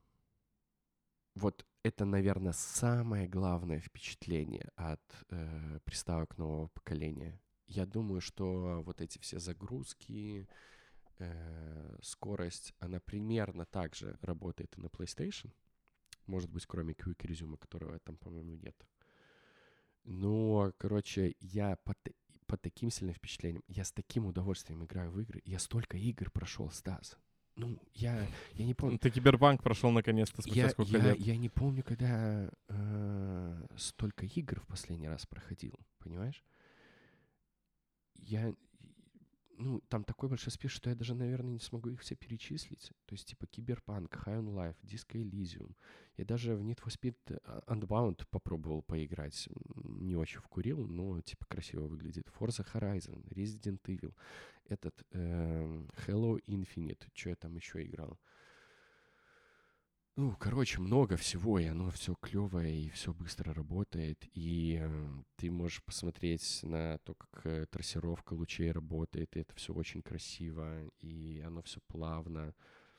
Вот это, наверное, самое главное впечатление от приставок нового поколения. Я думаю, что вот эти все загрузки, скорость, она примерно так же работает и на PlayStation. Может быть, кроме Quick Resume, которого там, по-моему, нет. Ну, короче, я под таким сильным впечатлением, я с таким удовольствием играю в игры. Я столько игр прошел, Стас. Ну, я не помню. Ты Киберпанк прошел наконец-то спустя сколько лет. Я не помню, когда столько игр в последний раз проходил, понимаешь? Ну, там такой большой список, что я даже, наверное, не смогу их все перечислить. То есть, типа, Киберпанк, High on Life, Disco Elysium. Я даже в Need for Speed Unbound попробовал поиграть. Не очень вкурил, но, типа, красиво выглядит. Forza Horizon, Resident Evil, Halo Infinite. Что я там еще играл? Ну, короче, много всего, и оно все клевое, и все быстро работает, и ты можешь посмотреть на то, как трассировка лучей работает, и это все очень красиво, и оно все плавно.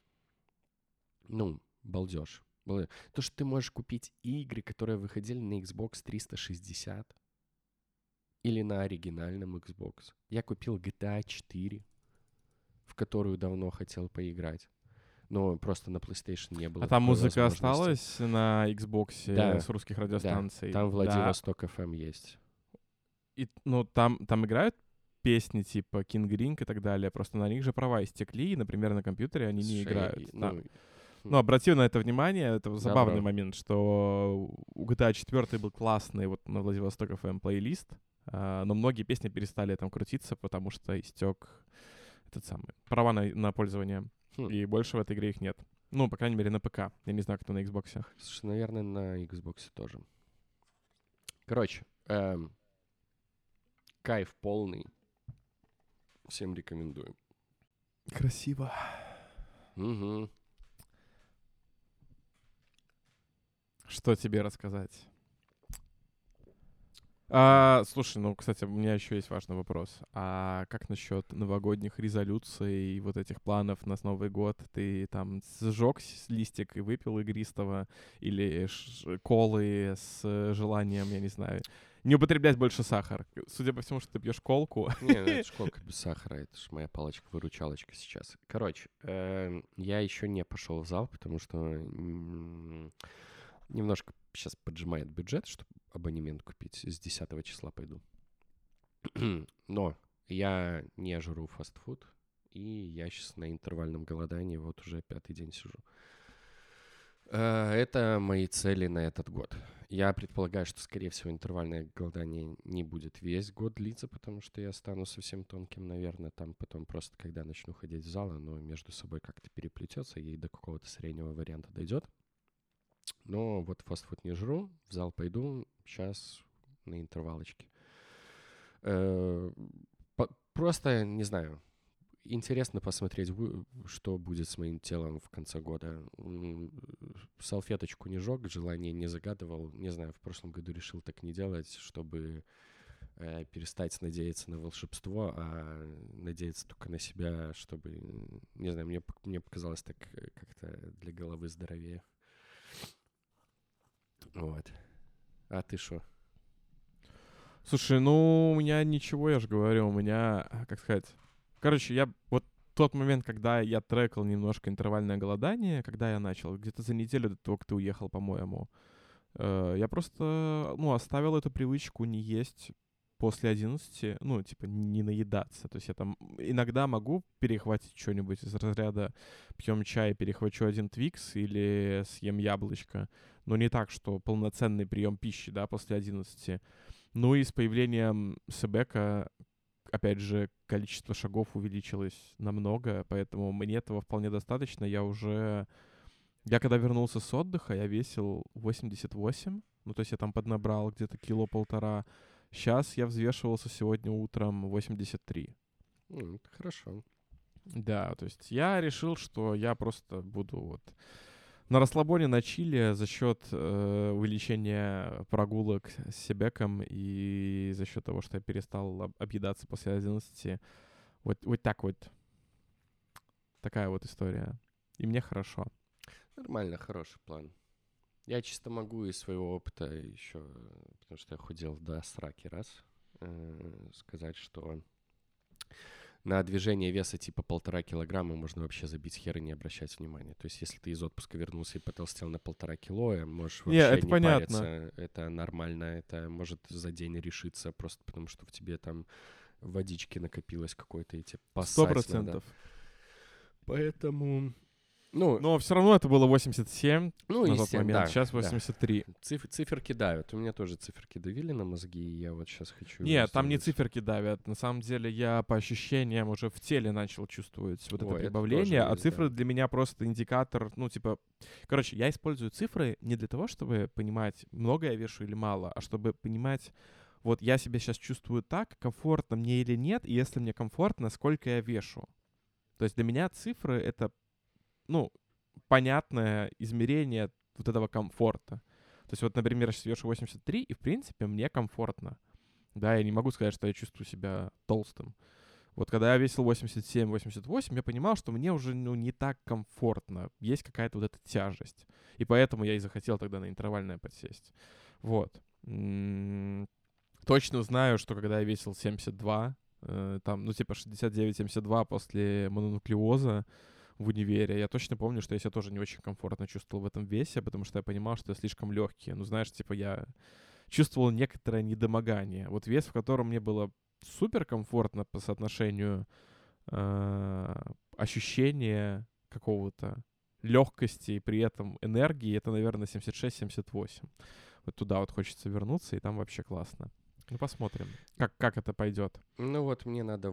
Ну, балдеж. То, что ты можешь купить игры, которые выходили на Xbox 360 или на оригинальном Xbox. Я купил GTA 4, в которую давно хотел поиграть. Но просто на PlayStation не было А там такой музыка возможности. осталась на Xbox Да, с русских да, радиостанций? там Да. Владивосток FM есть. И, ну, там играют песни типа King Ring и так далее, просто на них же права истекли, и, например, на компьютере они не играют. Ну, обратил на это внимание, это забавный момент, что у GTA 4 был классный вот на Владивосток FM плейлист, но многие песни перестали там крутиться, потому что истек этот самый права на пользование, и больше в этой игре их нет. Ну, по крайней мере, на ПК. Я не знаю, кто на Xbox. Слушай, наверное, на Xbox тоже. Короче, кайф полный. Всем рекомендую. Красиво. Угу. Что тебе рассказать? Слушай, ну, кстати, у меня еще есть важный вопрос. А как насчет новогодних резолюций и вот этих планов на Новый год? Ты там сжег листик и выпил игристого? Или колы с желанием, я не знаю, не употреблять больше сахар? Судя по всему, что ты пьешь колку. Не, ну это ж колка без сахара, это ж моя палочка-выручалочка сейчас. Короче, я еще не пошел в зал, потому что немножко сейчас поджимает бюджет, чтобы абонемент купить. С 10 числа пойду. Но я не жру фастфуд, и я сейчас на интервальном голодании, вот уже 5-й день сижу. Это мои цели на этот год. Я предполагаю, что, скорее всего, интервальное голодание не будет весь год длиться, потому что я стану совсем тонким, наверное, там потом просто, когда начну ходить в зал, оно между собой как-то переплетется и до какого-то среднего варианта дойдет. Но вот фастфуд не жру, в зал пойду, сейчас на интервалочке. Просто, не знаю, интересно посмотреть, что будет с моим телом в конце года. Салфеточку не жег, желание не загадывал. Не знаю, в прошлом году решил так не делать, чтобы перестать надеяться на волшебство, а надеяться только на себя, чтобы, не знаю, мне показалось так как-то для головы здоровее. Вот. А ты шо? Слушай, ну, у меня ничего, я же говорю, у меня, как сказать... Короче, я вот тот момент, когда я трекал немножко интервальное голодание, когда я начал, где-то за неделю до того, как ты уехал, по-моему, я просто, ну, оставил эту привычку не есть после 11, ну, типа, не наедаться. То есть я там иногда могу перехватить что-нибудь из разряда пьем чай, перехвачу один твикс или съем яблочко, но не так, что полноценный прием пищи, да, после 11. Ну и с появлением Себека, опять же, количество шагов увеличилось намного, поэтому мне этого вполне достаточно. Я когда вернулся с отдыха, я весил 88, ну то есть я там поднабрал где-то кило-полтора. Сейчас я взвешивался сегодня утром 83. Это хорошо. Да, то есть я решил, что я просто буду вот на расслабоне, на чиле за счет увеличения прогулок с Себеком и за счет того, что я перестал объедаться после 11. Вот так вот. Такая вот история. И мне хорошо. Нормально, хороший план. Я чисто могу из своего опыта еще, потому что я худел до сраки раз, сказать, что на движение веса типа 1,5 килограмма можно вообще забить хер и не обращать внимания. То есть если ты из отпуска вернулся и потолстел на 1,5 кило, можешь вообще это не понятно. париться. Это нормально, это может за день решиться просто потому, что в тебе там водички накопилось какой-то, и тебе поссать 100%. надо. Поэтому... Ну, Но все равно это было 87 на тот момент, да, сейчас 83. Да. Циферки давят. У меня тоже циферки давили на мозги, и я вот сейчас хочу... Нет, там не циферки давят. На самом деле я по ощущениям уже в теле начал чувствовать вот это прибавление, а цифры для меня просто индикатор, ну, типа... Короче, я использую цифры не для того, чтобы понимать, много я вешу или мало, а чтобы понимать, вот я себя сейчас чувствую так, комфортно мне или нет, и если мне комфортно, сколько я вешу. То есть для меня цифры — это, ну, понятное измерение вот этого комфорта. То есть вот, например, я сейчас вешу 83, и, в принципе, мне комфортно. Да, я не могу сказать, что я чувствую себя толстым. Вот когда я весил 87-88, я понимал, что мне уже, ну, не так комфортно. Есть какая-то вот эта тяжесть. И поэтому я и захотел тогда на интервальное подсесть. Вот. Точно знаю, что когда я весил 72, там, ну, типа 69-72 после мононуклеоза в универе, я точно помню, что я себя тоже не очень комфортно чувствовал в этом весе, потому что я понимал, что я слишком легкий. Ну, знаешь, типа я чувствовал некоторое недомогание. Вот вес, в котором мне было супер комфортно по соотношению ощущения какого-то легкости и при этом энергии, это, наверное, 76-78. Вот туда вот хочется вернуться, и там вообще классно. Ну, посмотрим, как это пойдет. Ну вот мне надо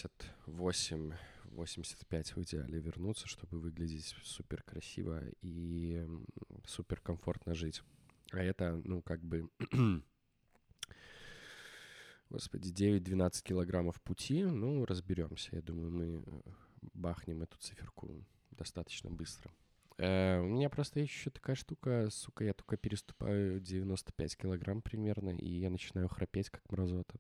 88-85 в идеале вернуться, чтобы выглядеть супер красиво и супер комфортно жить. А это, ну, как бы... Господи, 9-12 килограммов пути, ну, разберемся. Я думаю, мы бахнем эту циферку достаточно быстро. У меня просто еще такая штука, сука, я только переступаю 95 килограмм примерно, и я начинаю храпеть, как мразота.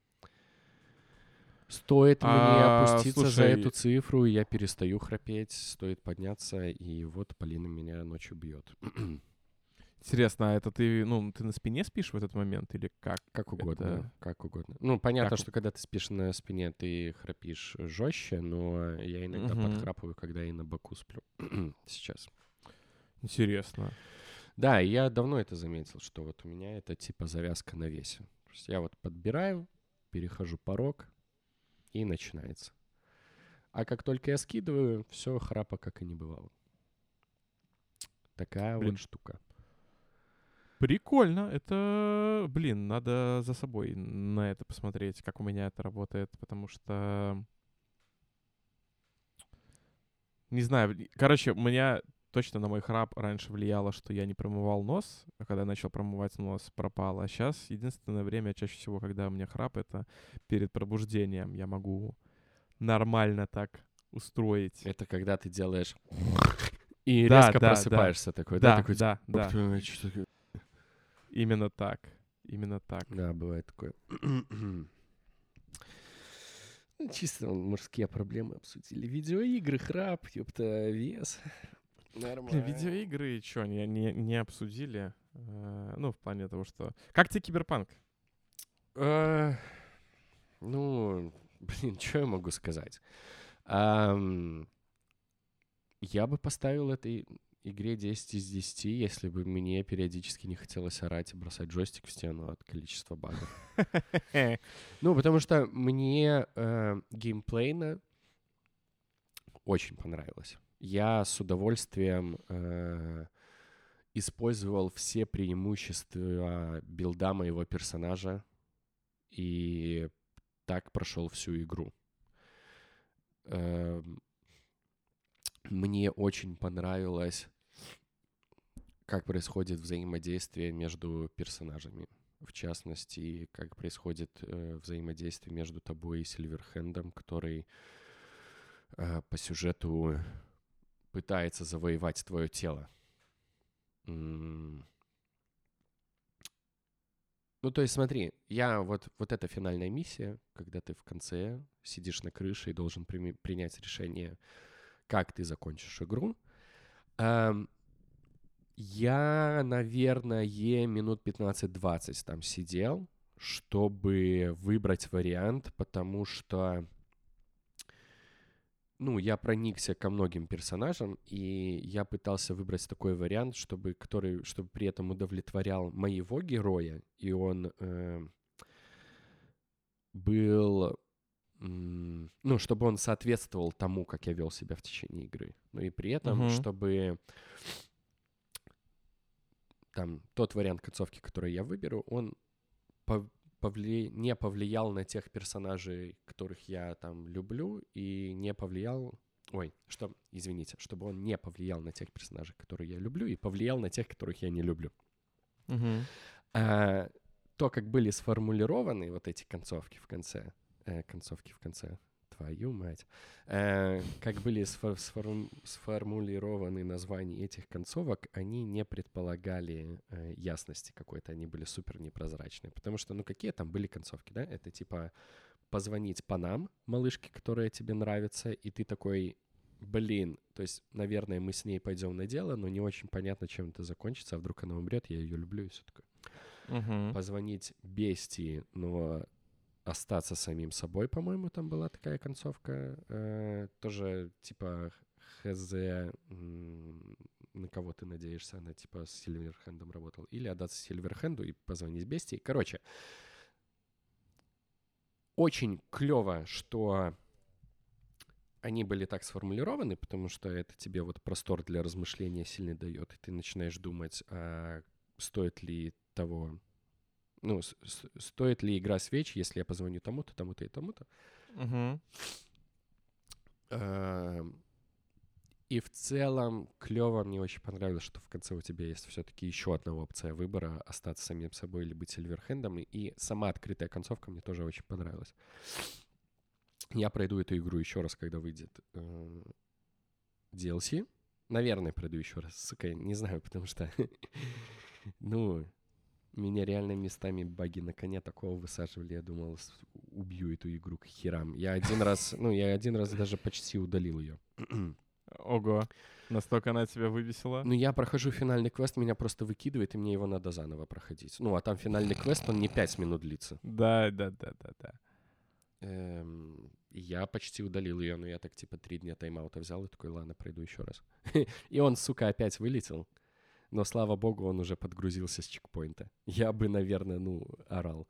Стоит мне опуститься за эту цифру, и я перестаю храпеть, стоит подняться, и вот Полина меня ночью бьет. Интересно, а это ты, ну, ты на спине спишь в этот момент или как? Как угодно, как угодно. Ну, понятно, что когда ты спишь на спине, ты храпишь жестче, но я иногда подхрапываю, когда и на боку сплю сейчас. Интересно. Да, и я давно это заметил, что вот у меня это типа завязка на весе. То есть я вот подбираю, перехожу порог, и начинается. А как только я скидываю, все, храпа как и не бывало. Такая вот штука. Прикольно. Это, блин, надо за собой на это посмотреть, как у меня это работает, потому что... Не знаю, короче, у меня точно на мой храп раньше влияло, что я не промывал нос, а когда я начал промывать нос, пропало. А сейчас единственное время, чаще всего, когда у меня храп, это перед пробуждением. Я могу нормально так устроить. Это когда ты делаешь... И резко просыпаешься такой, да? Такой, да. Именно так. Да, бывает такое. Чисто мужские проблемы обсудили. Видеоигры, храп, ёпта, вес. Нормально. Видеоигры, что, не обсудили? Ну, в плане того, что... Как тебе Киберпанк? Ну, блин, что я могу сказать? Я бы поставил этой игре 10 из 10, если бы мне периодически не хотелось орать и бросать джойстик в стену от количества багов. Ну, потому что мне геймплейно очень понравилось. Я с удовольствием использовал все преимущества билда моего персонажа и так прошел всю игру. Мне очень понравилось, как происходит взаимодействие между персонажами. В частности, как происходит взаимодействие между тобой и Сильверхендом, который по сюжету пытается завоевать твое тело. Ну, то есть, смотри, вот эта финальная миссия, когда ты в конце сидишь на крыше и должен принять решение, как ты закончишь игру. Я, наверное, минут 15-20 там сидел, чтобы выбрать вариант, потому что ну, я проникся ко многим персонажам, и я пытался выбрать такой вариант, чтобы при этом удовлетворял моего героя, и он был, ну, чтобы он соответствовал тому, как я вел себя в течение игры. Ну и при этом, чтобы там тот вариант концовки, который я выберу, он не повлиял на тех персонажей, которых я там люблю, и не повлиял... чтобы он не повлиял на тех персонажей, которые я люблю, и повлиял на тех, которых я не люблю. То, как были сформулированы вот эти концовки в конце, твою мать, как были сформулированы названия этих концовок, они не предполагали ясности какой-то, они были супер непрозрачные, потому что, ну, какие там были концовки, да? Это типа позвонить по нам, малышке, которая тебе нравится, и ты такой, блин, то есть, наверное, мы с ней пойдем на дело, но не очень понятно, чем это закончится, а вдруг она умрет, я ее люблю, и все такое. Позвонить бестии, но остаться самим собой, по-моему, там была такая концовка. Тоже, типа, хз, на кого ты надеешься, она, типа, с Сильверхендом работала. Или отдаться Сильверхенду и позвонить бестии. Короче, очень клево, что они были так сформулированы, потому что это тебе вот простор для размышления сильно дает, и ты начинаешь думать, стоит ли того... Ну, стоит ли игра свеч, если я позвоню тому-то, тому-то и тому-то. И в целом клево, мне очень понравилось, что в конце у тебя есть все-таки еще одна опция выбора — остаться самим собой или быть Сильверхендом. И сама открытая концовка мне тоже очень понравилась. Я пройду эту игру еще раз, когда выйдет DLC. Наверное, пройду еще раз. Сука, не знаю, потому что... Ну... Меня реально местами баги на коня такого высаживали. Я думал, убью эту игру к херам. Я один раз даже почти удалил ее. Ого. Настолько она тебя вывесила? Ну, я прохожу финальный квест, меня просто выкидывает, и мне его надо заново проходить. Ну, а там финальный квест, он не 5 минут длится. Да. Я почти удалил ее, но я так, типа, 3 дня тайм-аута взял и такой, ладно, пройду еще раз. И он, сука, опять вылетел. Но, слава богу, он уже подгрузился с чекпоинта. Я бы, наверное, орал.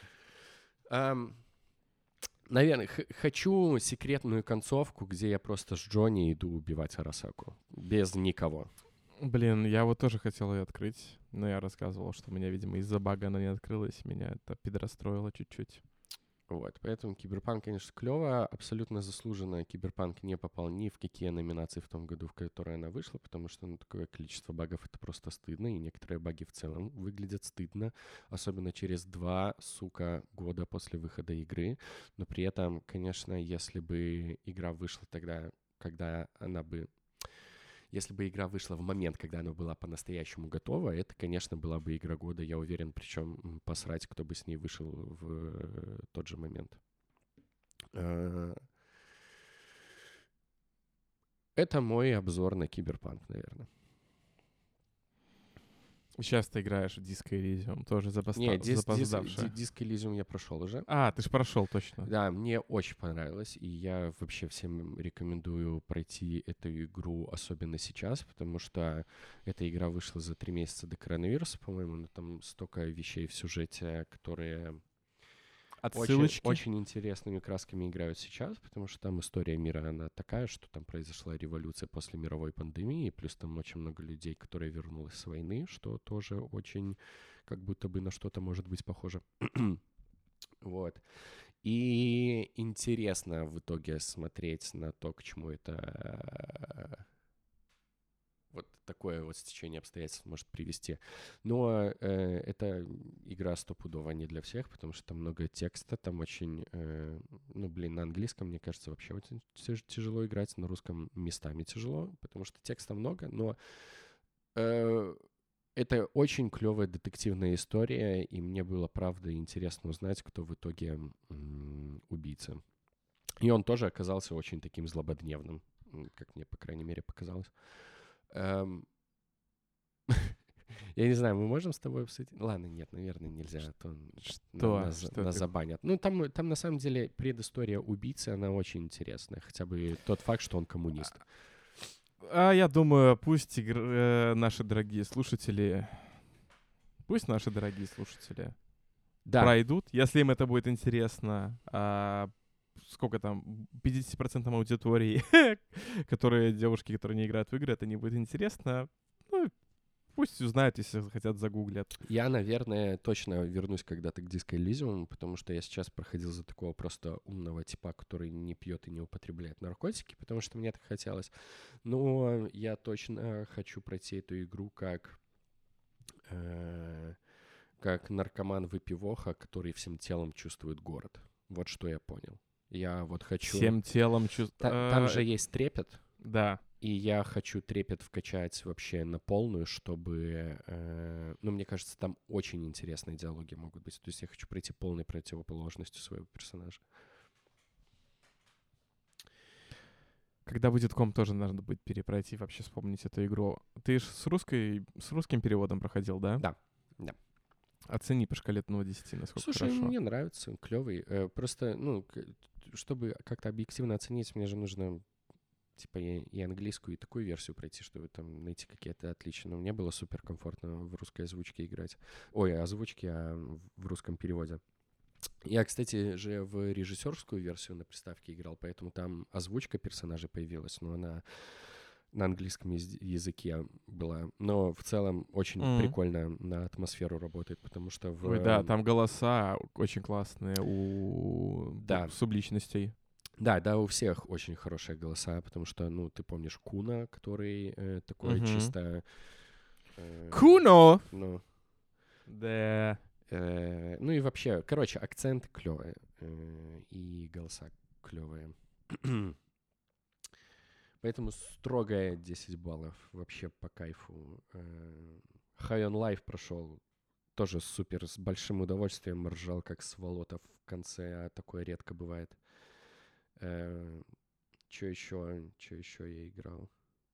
Наверное, хочу секретную концовку, где я просто с Джонни иду убивать Арасаку. Без никого. Блин, я вот тоже хотел ее открыть, но я рассказывал, что у меня, видимо, из-за бага она не открылась. Меня это подрастроило чуть-чуть. Вот, поэтому Киберпанк, конечно, клево, абсолютно заслуженно. Киберпанк не попал ни в какие номинации в том году, в которые она вышла, потому что, такое количество багов — это просто стыдно, и некоторые баги в целом выглядят стыдно, особенно через 2, года после выхода игры. Но при этом, конечно, если бы игра вышла тогда, если бы игра вышла в момент, когда она была по-настоящему готова, это, конечно, была бы игра года, я уверен, причем посрать, кто бы с ней вышел в тот же момент. Это мой обзор на Киберпанк, наверное. Сейчас ты играешь в Disco Elysium, тоже Нет, запоздавшая. Disco Elysium я прошел уже. Ты же прошел, точно. Да, мне очень понравилось, и я вообще всем рекомендую пройти эту игру, особенно сейчас, потому что эта игра вышла за 3 месяца до коронавируса, по-моему, но там столько вещей в сюжете, которые... Отсылочки. Очень интересными красками играют сейчас, потому что там история мира, она такая, что там произошла революция после мировой пандемии, плюс там очень много людей, которые вернулись с войны, что тоже очень как будто бы на что-то может быть похоже. Вот. И интересно в итоге смотреть на то, к чему это... вот такое вот стечение обстоятельств может привести. Но эта игра стопудово не для всех, потому что там много текста, там очень... на английском, мне кажется, вообще очень тяжело играть, на русском местами тяжело, потому что текста много, но... это очень клевая детективная история, и мне было, правда, интересно узнать, кто в итоге убийца. И он тоже оказался очень таким злободневным, как мне, по крайней мере, показалось. Я не знаю, мы можем с тобой обсудить? Ладно, нет, наверное, нельзя, а то Что нас ты- забанят. Ну, там на самом деле предыстория убийцы, она очень интересная. Хотя бы тот факт, что он коммунист. Я думаю, пусть наши дорогие слушатели... Пусть наши дорогие слушатели Да, пройдут, если им это будет интересно. Сколько там, 50% аудитории, которые девушки, которые не играют в игры, это не будет интересно. Ну, пусть узнают, если хотят, загуглят. я, наверное, точно вернусь когда-то к Disco Elysium, потому что я сейчас проходил за такого просто умного типа, который не пьет и не употребляет наркотики, потому что мне так хотелось. Но я точно хочу пройти эту игру как наркоман-выпивоха, который всем телом чувствует город. Вот что я понял. Я вот хочу... Всем телом Там же есть трепет, Да. и я хочу трепет вкачать вообще на полную, чтобы... Ну, мне кажется, там очень интересные диалоги могут быть. То есть я хочу пройти полной противоположностью своего персонажа. Когда выйдет ком, тоже надо будет перепройти, вообще вспомнить эту игру. Ты ж с русским переводом проходил, да? Да, да. Оцени по шкале от 1 до 10, насколько Слушай, хорошо. мне нравится, клевый. Просто, ну, чтобы как-то объективно оценить, мне же нужно типа и английскую, и такую версию пройти, чтобы там найти какие-то отличия. Но мне было супер комфортно в русской озвучке играть. Ой, озвучке, а в русском переводе. Я, кстати, же в режиссерскую версию на приставке играл, поэтому там озвучка персонажей появилась, но она на английском языке была. Но в целом очень прикольно на атмосферу работает, потому что в... Ой, да, там голоса очень классные Да. субличностей. Да, у всех очень хорошие голоса, потому что, ну, ты помнишь Куна, который такой чисто... Куно! Ну, Да. ну и вообще, короче, акцент клевый, и голоса клевые. Поэтому строгая 10 баллов, вообще по кайфу. High on Life прошел тоже супер, с большим удовольствием ржал, как сволота в конце, а такое редко бывает. Что еще я играл?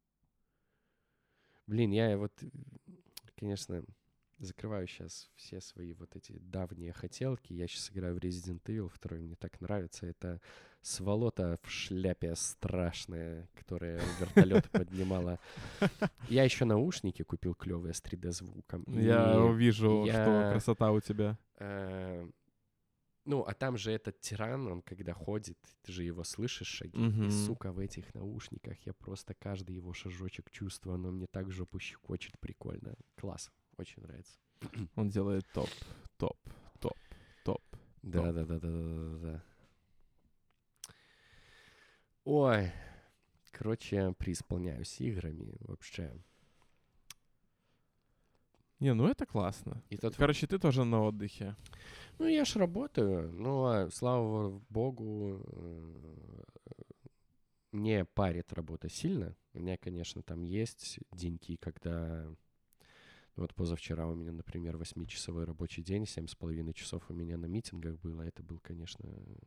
Блин, я вот, конечно, закрываю сейчас все свои вот эти давние хотелки. Я сейчас играю в Resident Evil 2, мне так нравится. Это сволота в шляпе страшная, которая вертолет поднимала. Я еще наушники купил клевые с 3D-звуком. Я вижу, что красота у тебя. Ну, а там же этот тиран, он когда ходит, ты же его слышишь шаги. И, сука, в этих наушниках я просто каждый его шажочек чувствую. Оно мне так жопу щекочет прикольно. Класс. Очень нравится. Он делает топ. Да. Ой. Короче, преисполняюсь играми вообще. Не, ну это классно. Короче, ты тоже на отдыхе. Ну, я ж работаю. Ну, слава богу, не парит работа сильно. У меня, конечно, там есть деньки, когда... Вот позавчера у меня, например, 8-часовой рабочий день, 7,5 часов у меня на митингах было. Это был, конечно,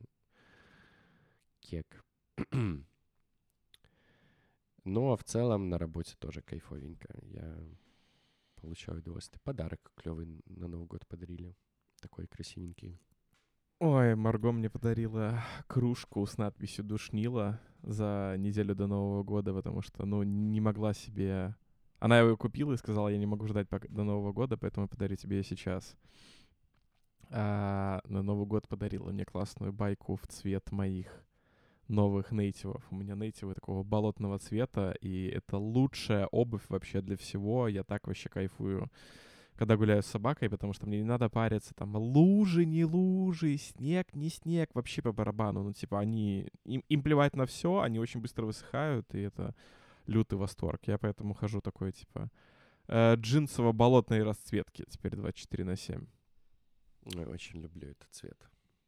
кек. Но в целом на работе тоже кайфовенько. Я получаю удовольствие. Подарок клевый на Новый год подарили. Такой красивенький. Ой, Марго мне подарила кружку с надписью «Душнила» за неделю до Нового года, потому что, ну, не могла себе... Она его купила и сказала, я не могу ждать до Нового года, поэтому подарю тебе ее сейчас. На Новый год подарила мне классную байку в цвет моих новых нейтивов. У меня нейтивы такого болотного цвета, и это лучшая обувь вообще для всего. Я так вообще кайфую, когда гуляю с собакой, потому что мне не надо париться, там, лужи, не лужи, снег, не снег, вообще по барабану. Ну, типа, им плевать на все, они очень быстро высыхают, и это лютый восторг. Я поэтому хожу такой, типа, джинсово-болотной расцветки теперь 24/7. Я очень люблю этот цвет.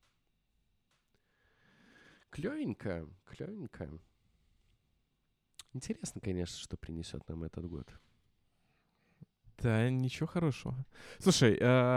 Клевенько. Интересно, конечно, что принесет нам этот год. Да, ничего хорошего. Слушай,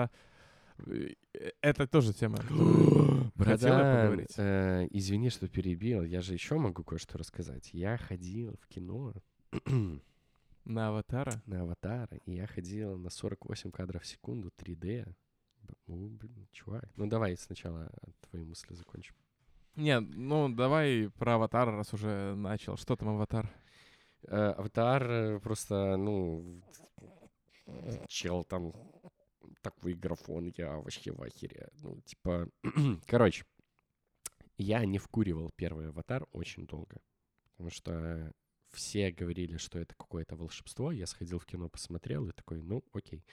это тоже тема, которую хотела поговорить. Извини, что перебил. Я же еще могу кое-что рассказать. Я ходил в кино На «Аватара»? На «Аватара». И я ходил на 48 кадров в секунду 3D. Блин, чувак. Ну, давай сначала твои мысли закончим. Не, ну давай про «Аватар», раз уже начал. Что там «Аватар»? «Аватар» просто, ну, чел там такой графон, я вообще в ахере. Ну, типа, короче, я не вкуривал первый «Аватар» очень долго, потому что все говорили, что это какое-то волшебство. Я сходил в кино, посмотрел и такой, ну, окей.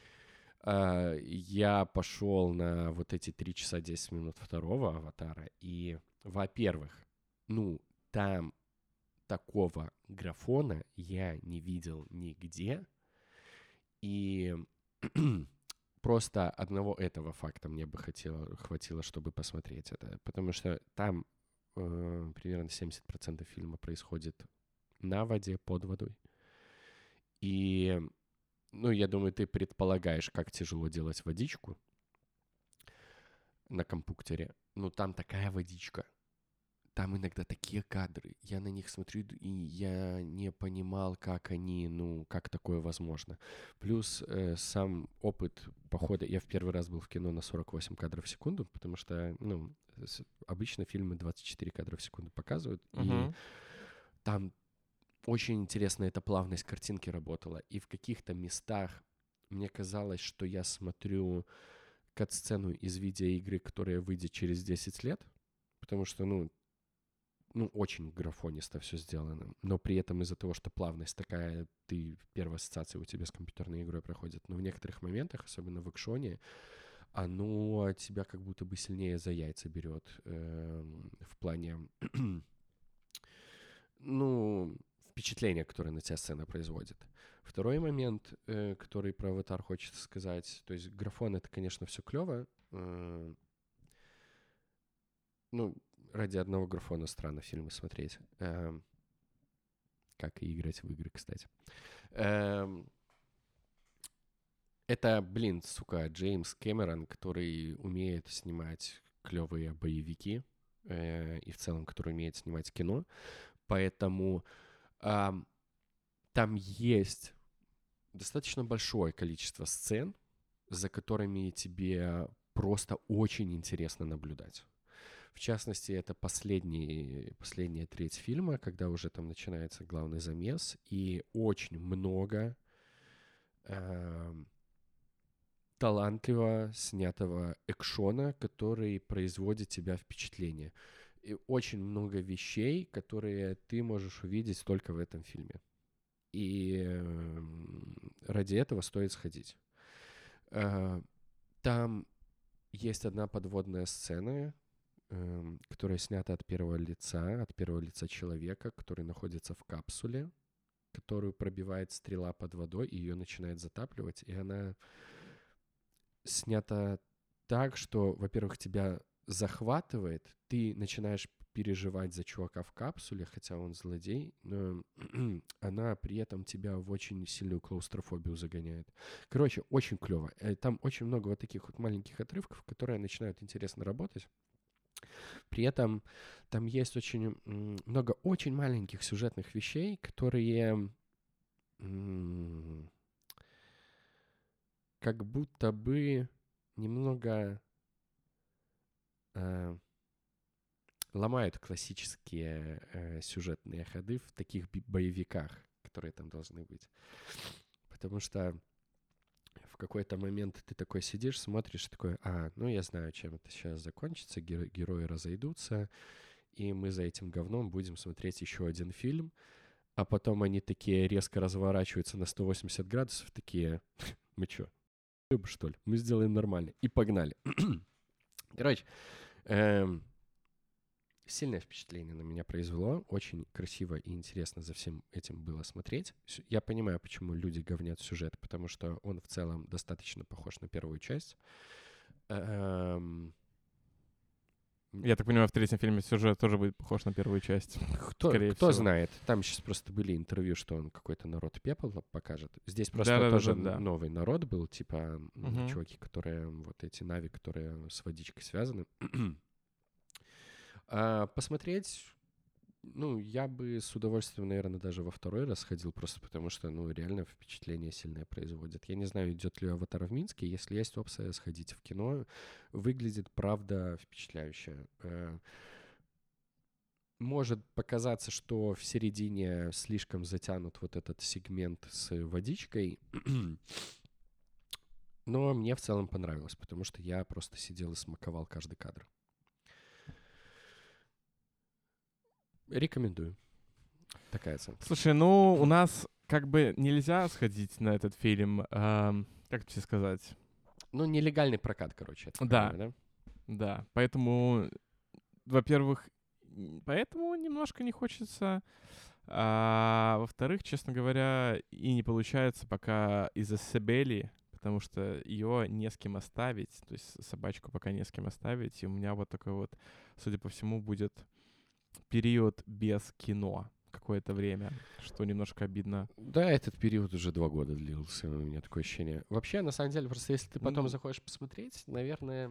Я пошел на вот эти 3 часа 10 минут второго «Аватара», и, во-первых, ну, там такого графона я не видел нигде, и просто одного этого факта мне бы хватило, чтобы посмотреть это, потому что там примерно 70% фильма происходит на воде, под водой. И, ну, я думаю, ты предполагаешь, как тяжело делать водичку на компьютере. Ну, там такая водичка. Там иногда такие кадры. Я на них смотрю, и я не понимал, как они, ну, как такое возможно. Плюс сам опыт похода. Я в первый раз был в кино на 48 кадров в секунду, потому что, ну, обычно фильмы 24 кадра в секунду показывают. И там очень интересно эта плавность картинки работала. И в каких-то местах мне казалось, что я смотрю кат-сцену из видеоигры, которая выйдет через 10 лет. Потому что, ну, очень графонисто все сделано. Но при этом из-за того, что плавность такая, первая ассоциация у тебя с компьютерной игрой проходит. Но в некоторых моментах, особенно в экшоне, оно тебя как будто бы сильнее за яйца берет в плане, ну, впечатления, которое на тебя сцена производит. Второй момент, который про «Аватар» хочется сказать, то есть графон — это, конечно, все клево. Ну, ради одного графона странно фильмы смотреть. Как и играть в игры, кстати. Это, блин, сука, Джеймс Кэмерон, который умеет снимать клевые боевики и в целом, который умеет снимать кино. Поэтому там есть достаточно большое количество сцен, за которыми тебе просто очень интересно наблюдать. В частности, это последняя треть фильма, когда уже там начинается главный замес, и очень много талантливо снятого экшона, который производит тебя впечатление. И очень много вещей, которые ты можешь увидеть только в этом фильме. И ради этого стоит сходить. Там есть одна подводная сцена, которая снята от первого лица человека, который находится в капсуле, которую пробивает стрела под водой, и ее начинает затапливать. И она снята так, что, во-первых, тебя захватывает, ты начинаешь переживать за чувака в капсуле, хотя он злодей, но она при этом тебя в очень сильную клаустрофобию загоняет. Короче, очень клево. Там очень много вот таких вот маленьких отрывков, которые начинают интересно работать. При этом там есть очень много очень маленьких сюжетных вещей, которые как будто бы немного ломают классические сюжетные ходы в таких боевиках, которые там должны быть. Потому что в какой-то момент ты такой сидишь, смотришь, такой, ну я знаю, чем это сейчас закончится, герои разойдутся, и мы за этим говном будем смотреть еще один фильм, а потом они такие резко разворачиваются на 180 градусов, такие, мы что, что ли? Мы сделаем нормально. И погнали. Короче, сильное впечатление на меня произвело. Очень красиво и интересно за всем этим было смотреть. Я понимаю, почему люди говнят сюжет, потому что он в целом достаточно похож на первую часть. Я так понимаю, в третьем фильме сюжет тоже будет похож на первую часть. Кто знает. Там сейчас просто были интервью, что он какой-то народ пепла покажет. Здесь просто тоже новый народ был, типа чуваки, которые, вот эти нави, которые с водичкой связаны. Посмотреть Ну, я бы с удовольствием, наверное, даже во второй раз сходил, просто потому что, ну, реально впечатление сильное производит. Я не знаю, идет ли «Аватар» в Минске. Если есть опция сходить в кино, выглядит, правда, впечатляюще. Может показаться, что в середине слишком затянут вот этот сегмент с водичкой, но мне в целом понравилось, потому что я просто сидел и смаковал каждый кадр. Рекомендую. Такая оценка. Слушай, ну, у нас как бы нельзя сходить на этот фильм, как тебе сказать? Ну, нелегальный прокат, короче. Это Да. правильно, Да, поэтому, во-первых, поэтому немножко не хочется, а во-вторых, честно говоря, и не получается пока из-за Себели, потому что ее не с кем оставить, то есть собачку пока не с кем оставить, и у меня вот такой вот, судя по всему, будет период без кино какое-то время, что немножко обидно. Да, этот период уже 2 года длился, у меня такое ощущение. Вообще, на самом деле, просто если ты потом захочешь посмотреть, наверное,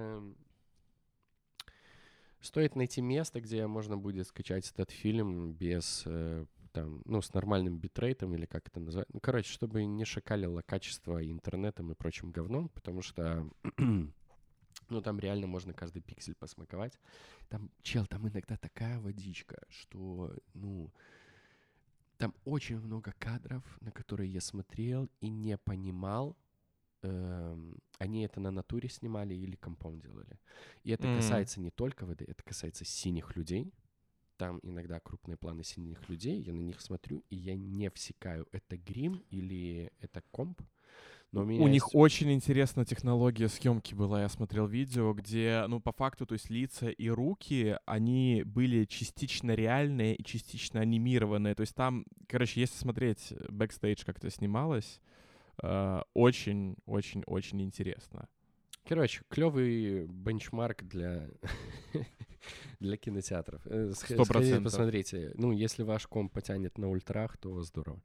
стоит найти место, где можно будет скачать этот фильм без, там, ну, с нормальным битрейтом, или как это называется. Ну, короче, чтобы не шакалило качество интернетом и прочим говном, потому что, ну, там реально можно каждый пиксель посмаковать. Там, чел, там иногда такая водичка, что, ну, там очень много кадров, на которые я смотрел и не понимал, они это на натуре снимали или компом делали. И это касается не только воды, это касается синих людей. Там иногда крупные планы синих людей, я на них смотрю, и я не всекаю, это грим или это комп. Но у них очень интересная технология съемки была. Я смотрел видео, где, ну, по факту, то есть лица и руки, они были частично реальные и частично анимированные. То есть там, короче, если смотреть бэкстейдж, как это снималось, очень-очень-очень интересно. Короче, клевый бенчмарк для для кинотеатров. 100%. Посмотрите. Ну, если ваш комп потянет на ультрах, то здорово.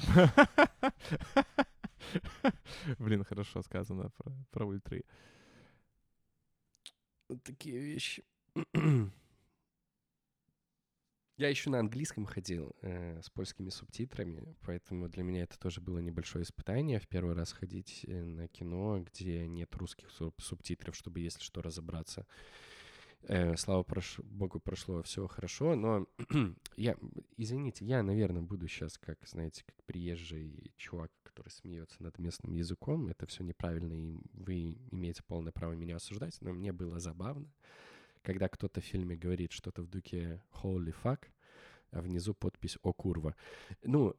Блин, хорошо сказано про ультры. Вот такие вещи. Я еще на английском ходил с польскими субтитрами, поэтому для меня это тоже было небольшое испытание. В первый раз ходить на кино, где нет русских субтитров, чтобы, если что, разобраться. Слава богу, прошло все хорошо, но извините, я, наверное, буду сейчас, как, знаете, как приезжий чувак, который смеется над местным языком. Это все неправильно, и вы имеете полное право меня осуждать, но мне было забавно, когда кто-то в фильме говорит что-то в духе «holy fuck», а внизу подпись «о курва». Ну,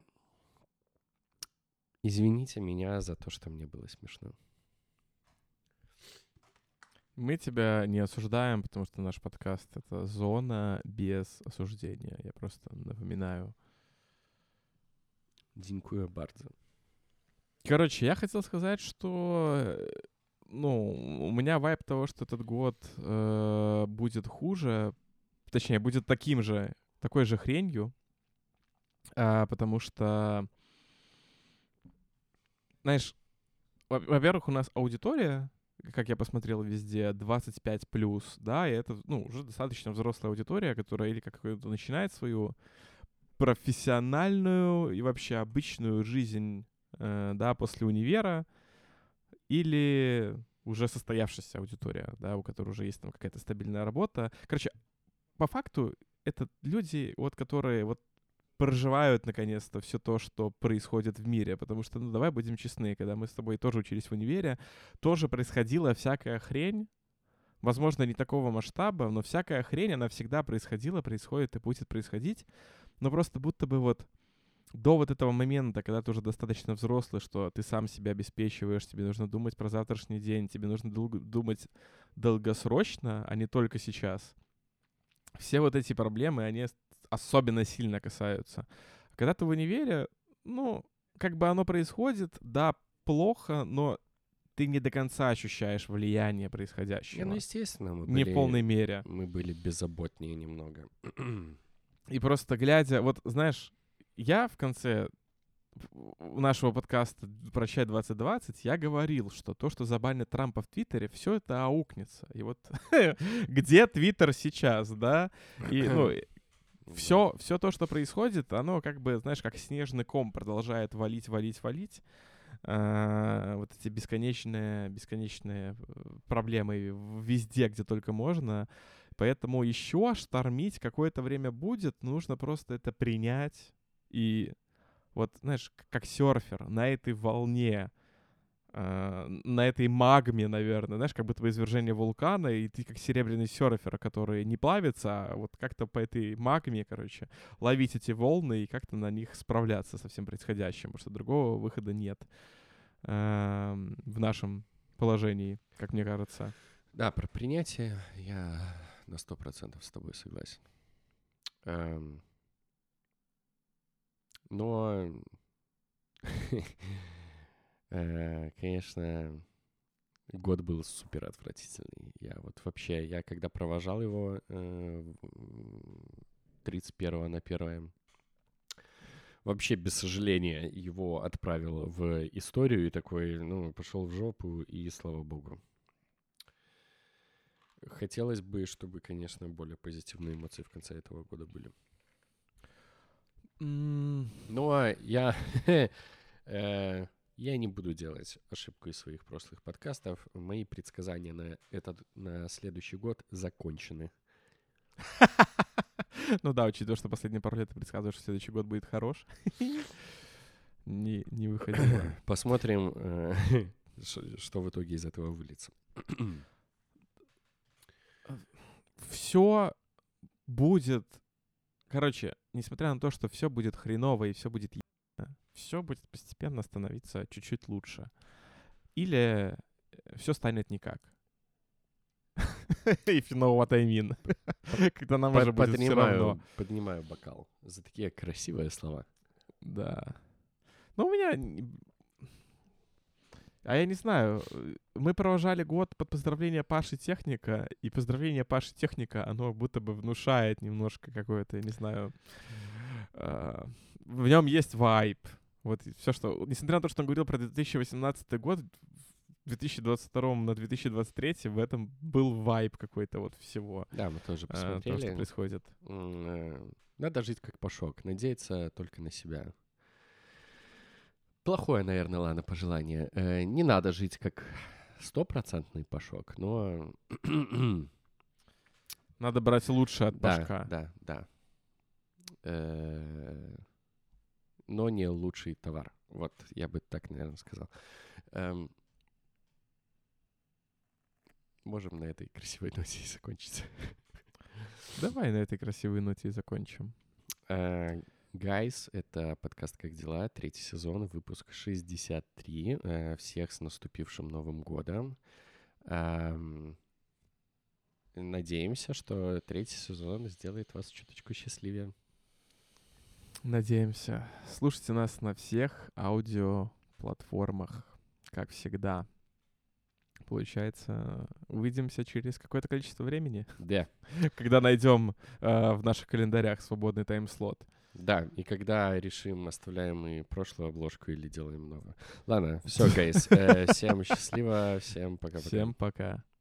извините меня за то, что мне было смешно. Мы тебя не осуждаем, потому что наш подкаст — это зона без осуждения. Я просто напоминаю. Дзинькую бардзо. Короче, я хотел сказать, что, ну, у меня вайб того, что этот год будет хуже, точнее, будет такой же хренью, потому что, знаешь, во-первых, у нас аудитория, как я посмотрел везде, 25+, да, и это, ну, уже достаточно взрослая аудитория, которая или как-то начинает свою профессиональную и вообще обычную жизнь, да, после универа, или уже состоявшаяся аудитория, да, у которой уже есть там какая-то стабильная работа. Короче, по факту это люди, вот, которые вот проживают, наконец-то, все то, что происходит в мире. Потому что, ну, давай будем честны, когда мы с тобой тоже учились в универе, тоже происходила всякая хрень. Возможно, не такого масштаба, но всякая хрень, она всегда происходила, происходит и будет происходить. Но просто будто бы вот до вот этого момента, когда ты уже достаточно взрослый, что ты сам себя обеспечиваешь, тебе нужно думать про завтрашний день, тебе нужно думать долгосрочно, а не только сейчас. Все вот эти проблемы, они особенно сильно касаются. Когда ты в универе, ну, как бы оно происходит, да, плохо, но ты не до конца ощущаешь влияние происходящего. Ну, естественно, не в полной мере. Мы были беззаботнее немного. И просто глядя, вот, знаешь, я в конце нашего подкаста «Прощай 2020» я говорил, что то, что забанят Трампа в Твиттере, все это аукнется. И вот где Твиттер сейчас, да? И, ну, все то, что происходит, оно как бы, знаешь, как снежный ком продолжает валить. Вот эти бесконечные проблемы везде, где только можно. Поэтому еще штормить какое-то время будет. Нужно просто это принять. И вот, знаешь, как серфер на этой волне, на этой магме, наверное, знаешь, как будто бы извержение вулкана, и ты как серебряный серфер, который не плавится, а вот как-то по этой магме, короче, ловить эти волны и как-то на них справляться со всем происходящим, потому что другого выхода нет в нашем положении, как мне кажется. Да, про принятие я на 100% с тобой согласен. Но, конечно, год был супер отвратительный. Я когда провожал его 31 на 1, вообще без сожаления его отправил в историю и такой, пошел в жопу, и слава богу. Хотелось бы, чтобы, конечно, более позитивные эмоции в конце этого года были. Но я не буду делать ошибку из своих прошлых подкастов. Мои предсказания на следующий год закончены. Ну да, учитывая, что последние пару лет ты предсказываешь, что следующий год будет хорош. Не выходило. Посмотрим, что в итоге из этого выльется. Все будет... Короче, несмотря на то, что все будет хреново и все будет все будет постепенно становиться чуть-чуть лучше. Или все станет никак. If you know what I mean. Когда нам уже будет все равно. Поднимаю бокал за такие красивые слова. Да. Ну, у меня... А я не знаю, мы провожали год под поздравление Паши Техника, и поздравление Паши Техника, оно будто бы внушает немножко какое-то, я не знаю, в нем есть вайб. Вот все, что... Несмотря на то, что он говорил про 2018 год, в 2022 на 2023 в этом был вайб какой-то вот всего. Да, мы тоже посмотрели. То, что происходит. Надо жить как Пашок, надеяться только на себя. Плохое, наверное, ладно, пожелание. Не надо жить как 100% Пашок, но... Надо брать лучше от Пашка. Да. Но не лучший товар. Вот, я бы так, наверное, сказал. Можем на этой красивой ноте и закончить. Давай на этой красивой ноте и закончим. Guys, это подкаст «Как дела?», 3-й сезон, выпуск 63. Всех с наступившим Новым годом. Надеемся, что 3-й сезон сделает вас чуточку счастливее. Надеемся. Слушайте нас на всех аудиоплатформах, как всегда. Получается, увидимся через какое-то количество времени. Да. Когда найдем в наших календарях свободный тайм-слот. Да, и когда решим, оставляем мы прошлую обложку или делаем новую. Ладно, все, гайс. Всем счастливо, всем пока-пока. Всем пока.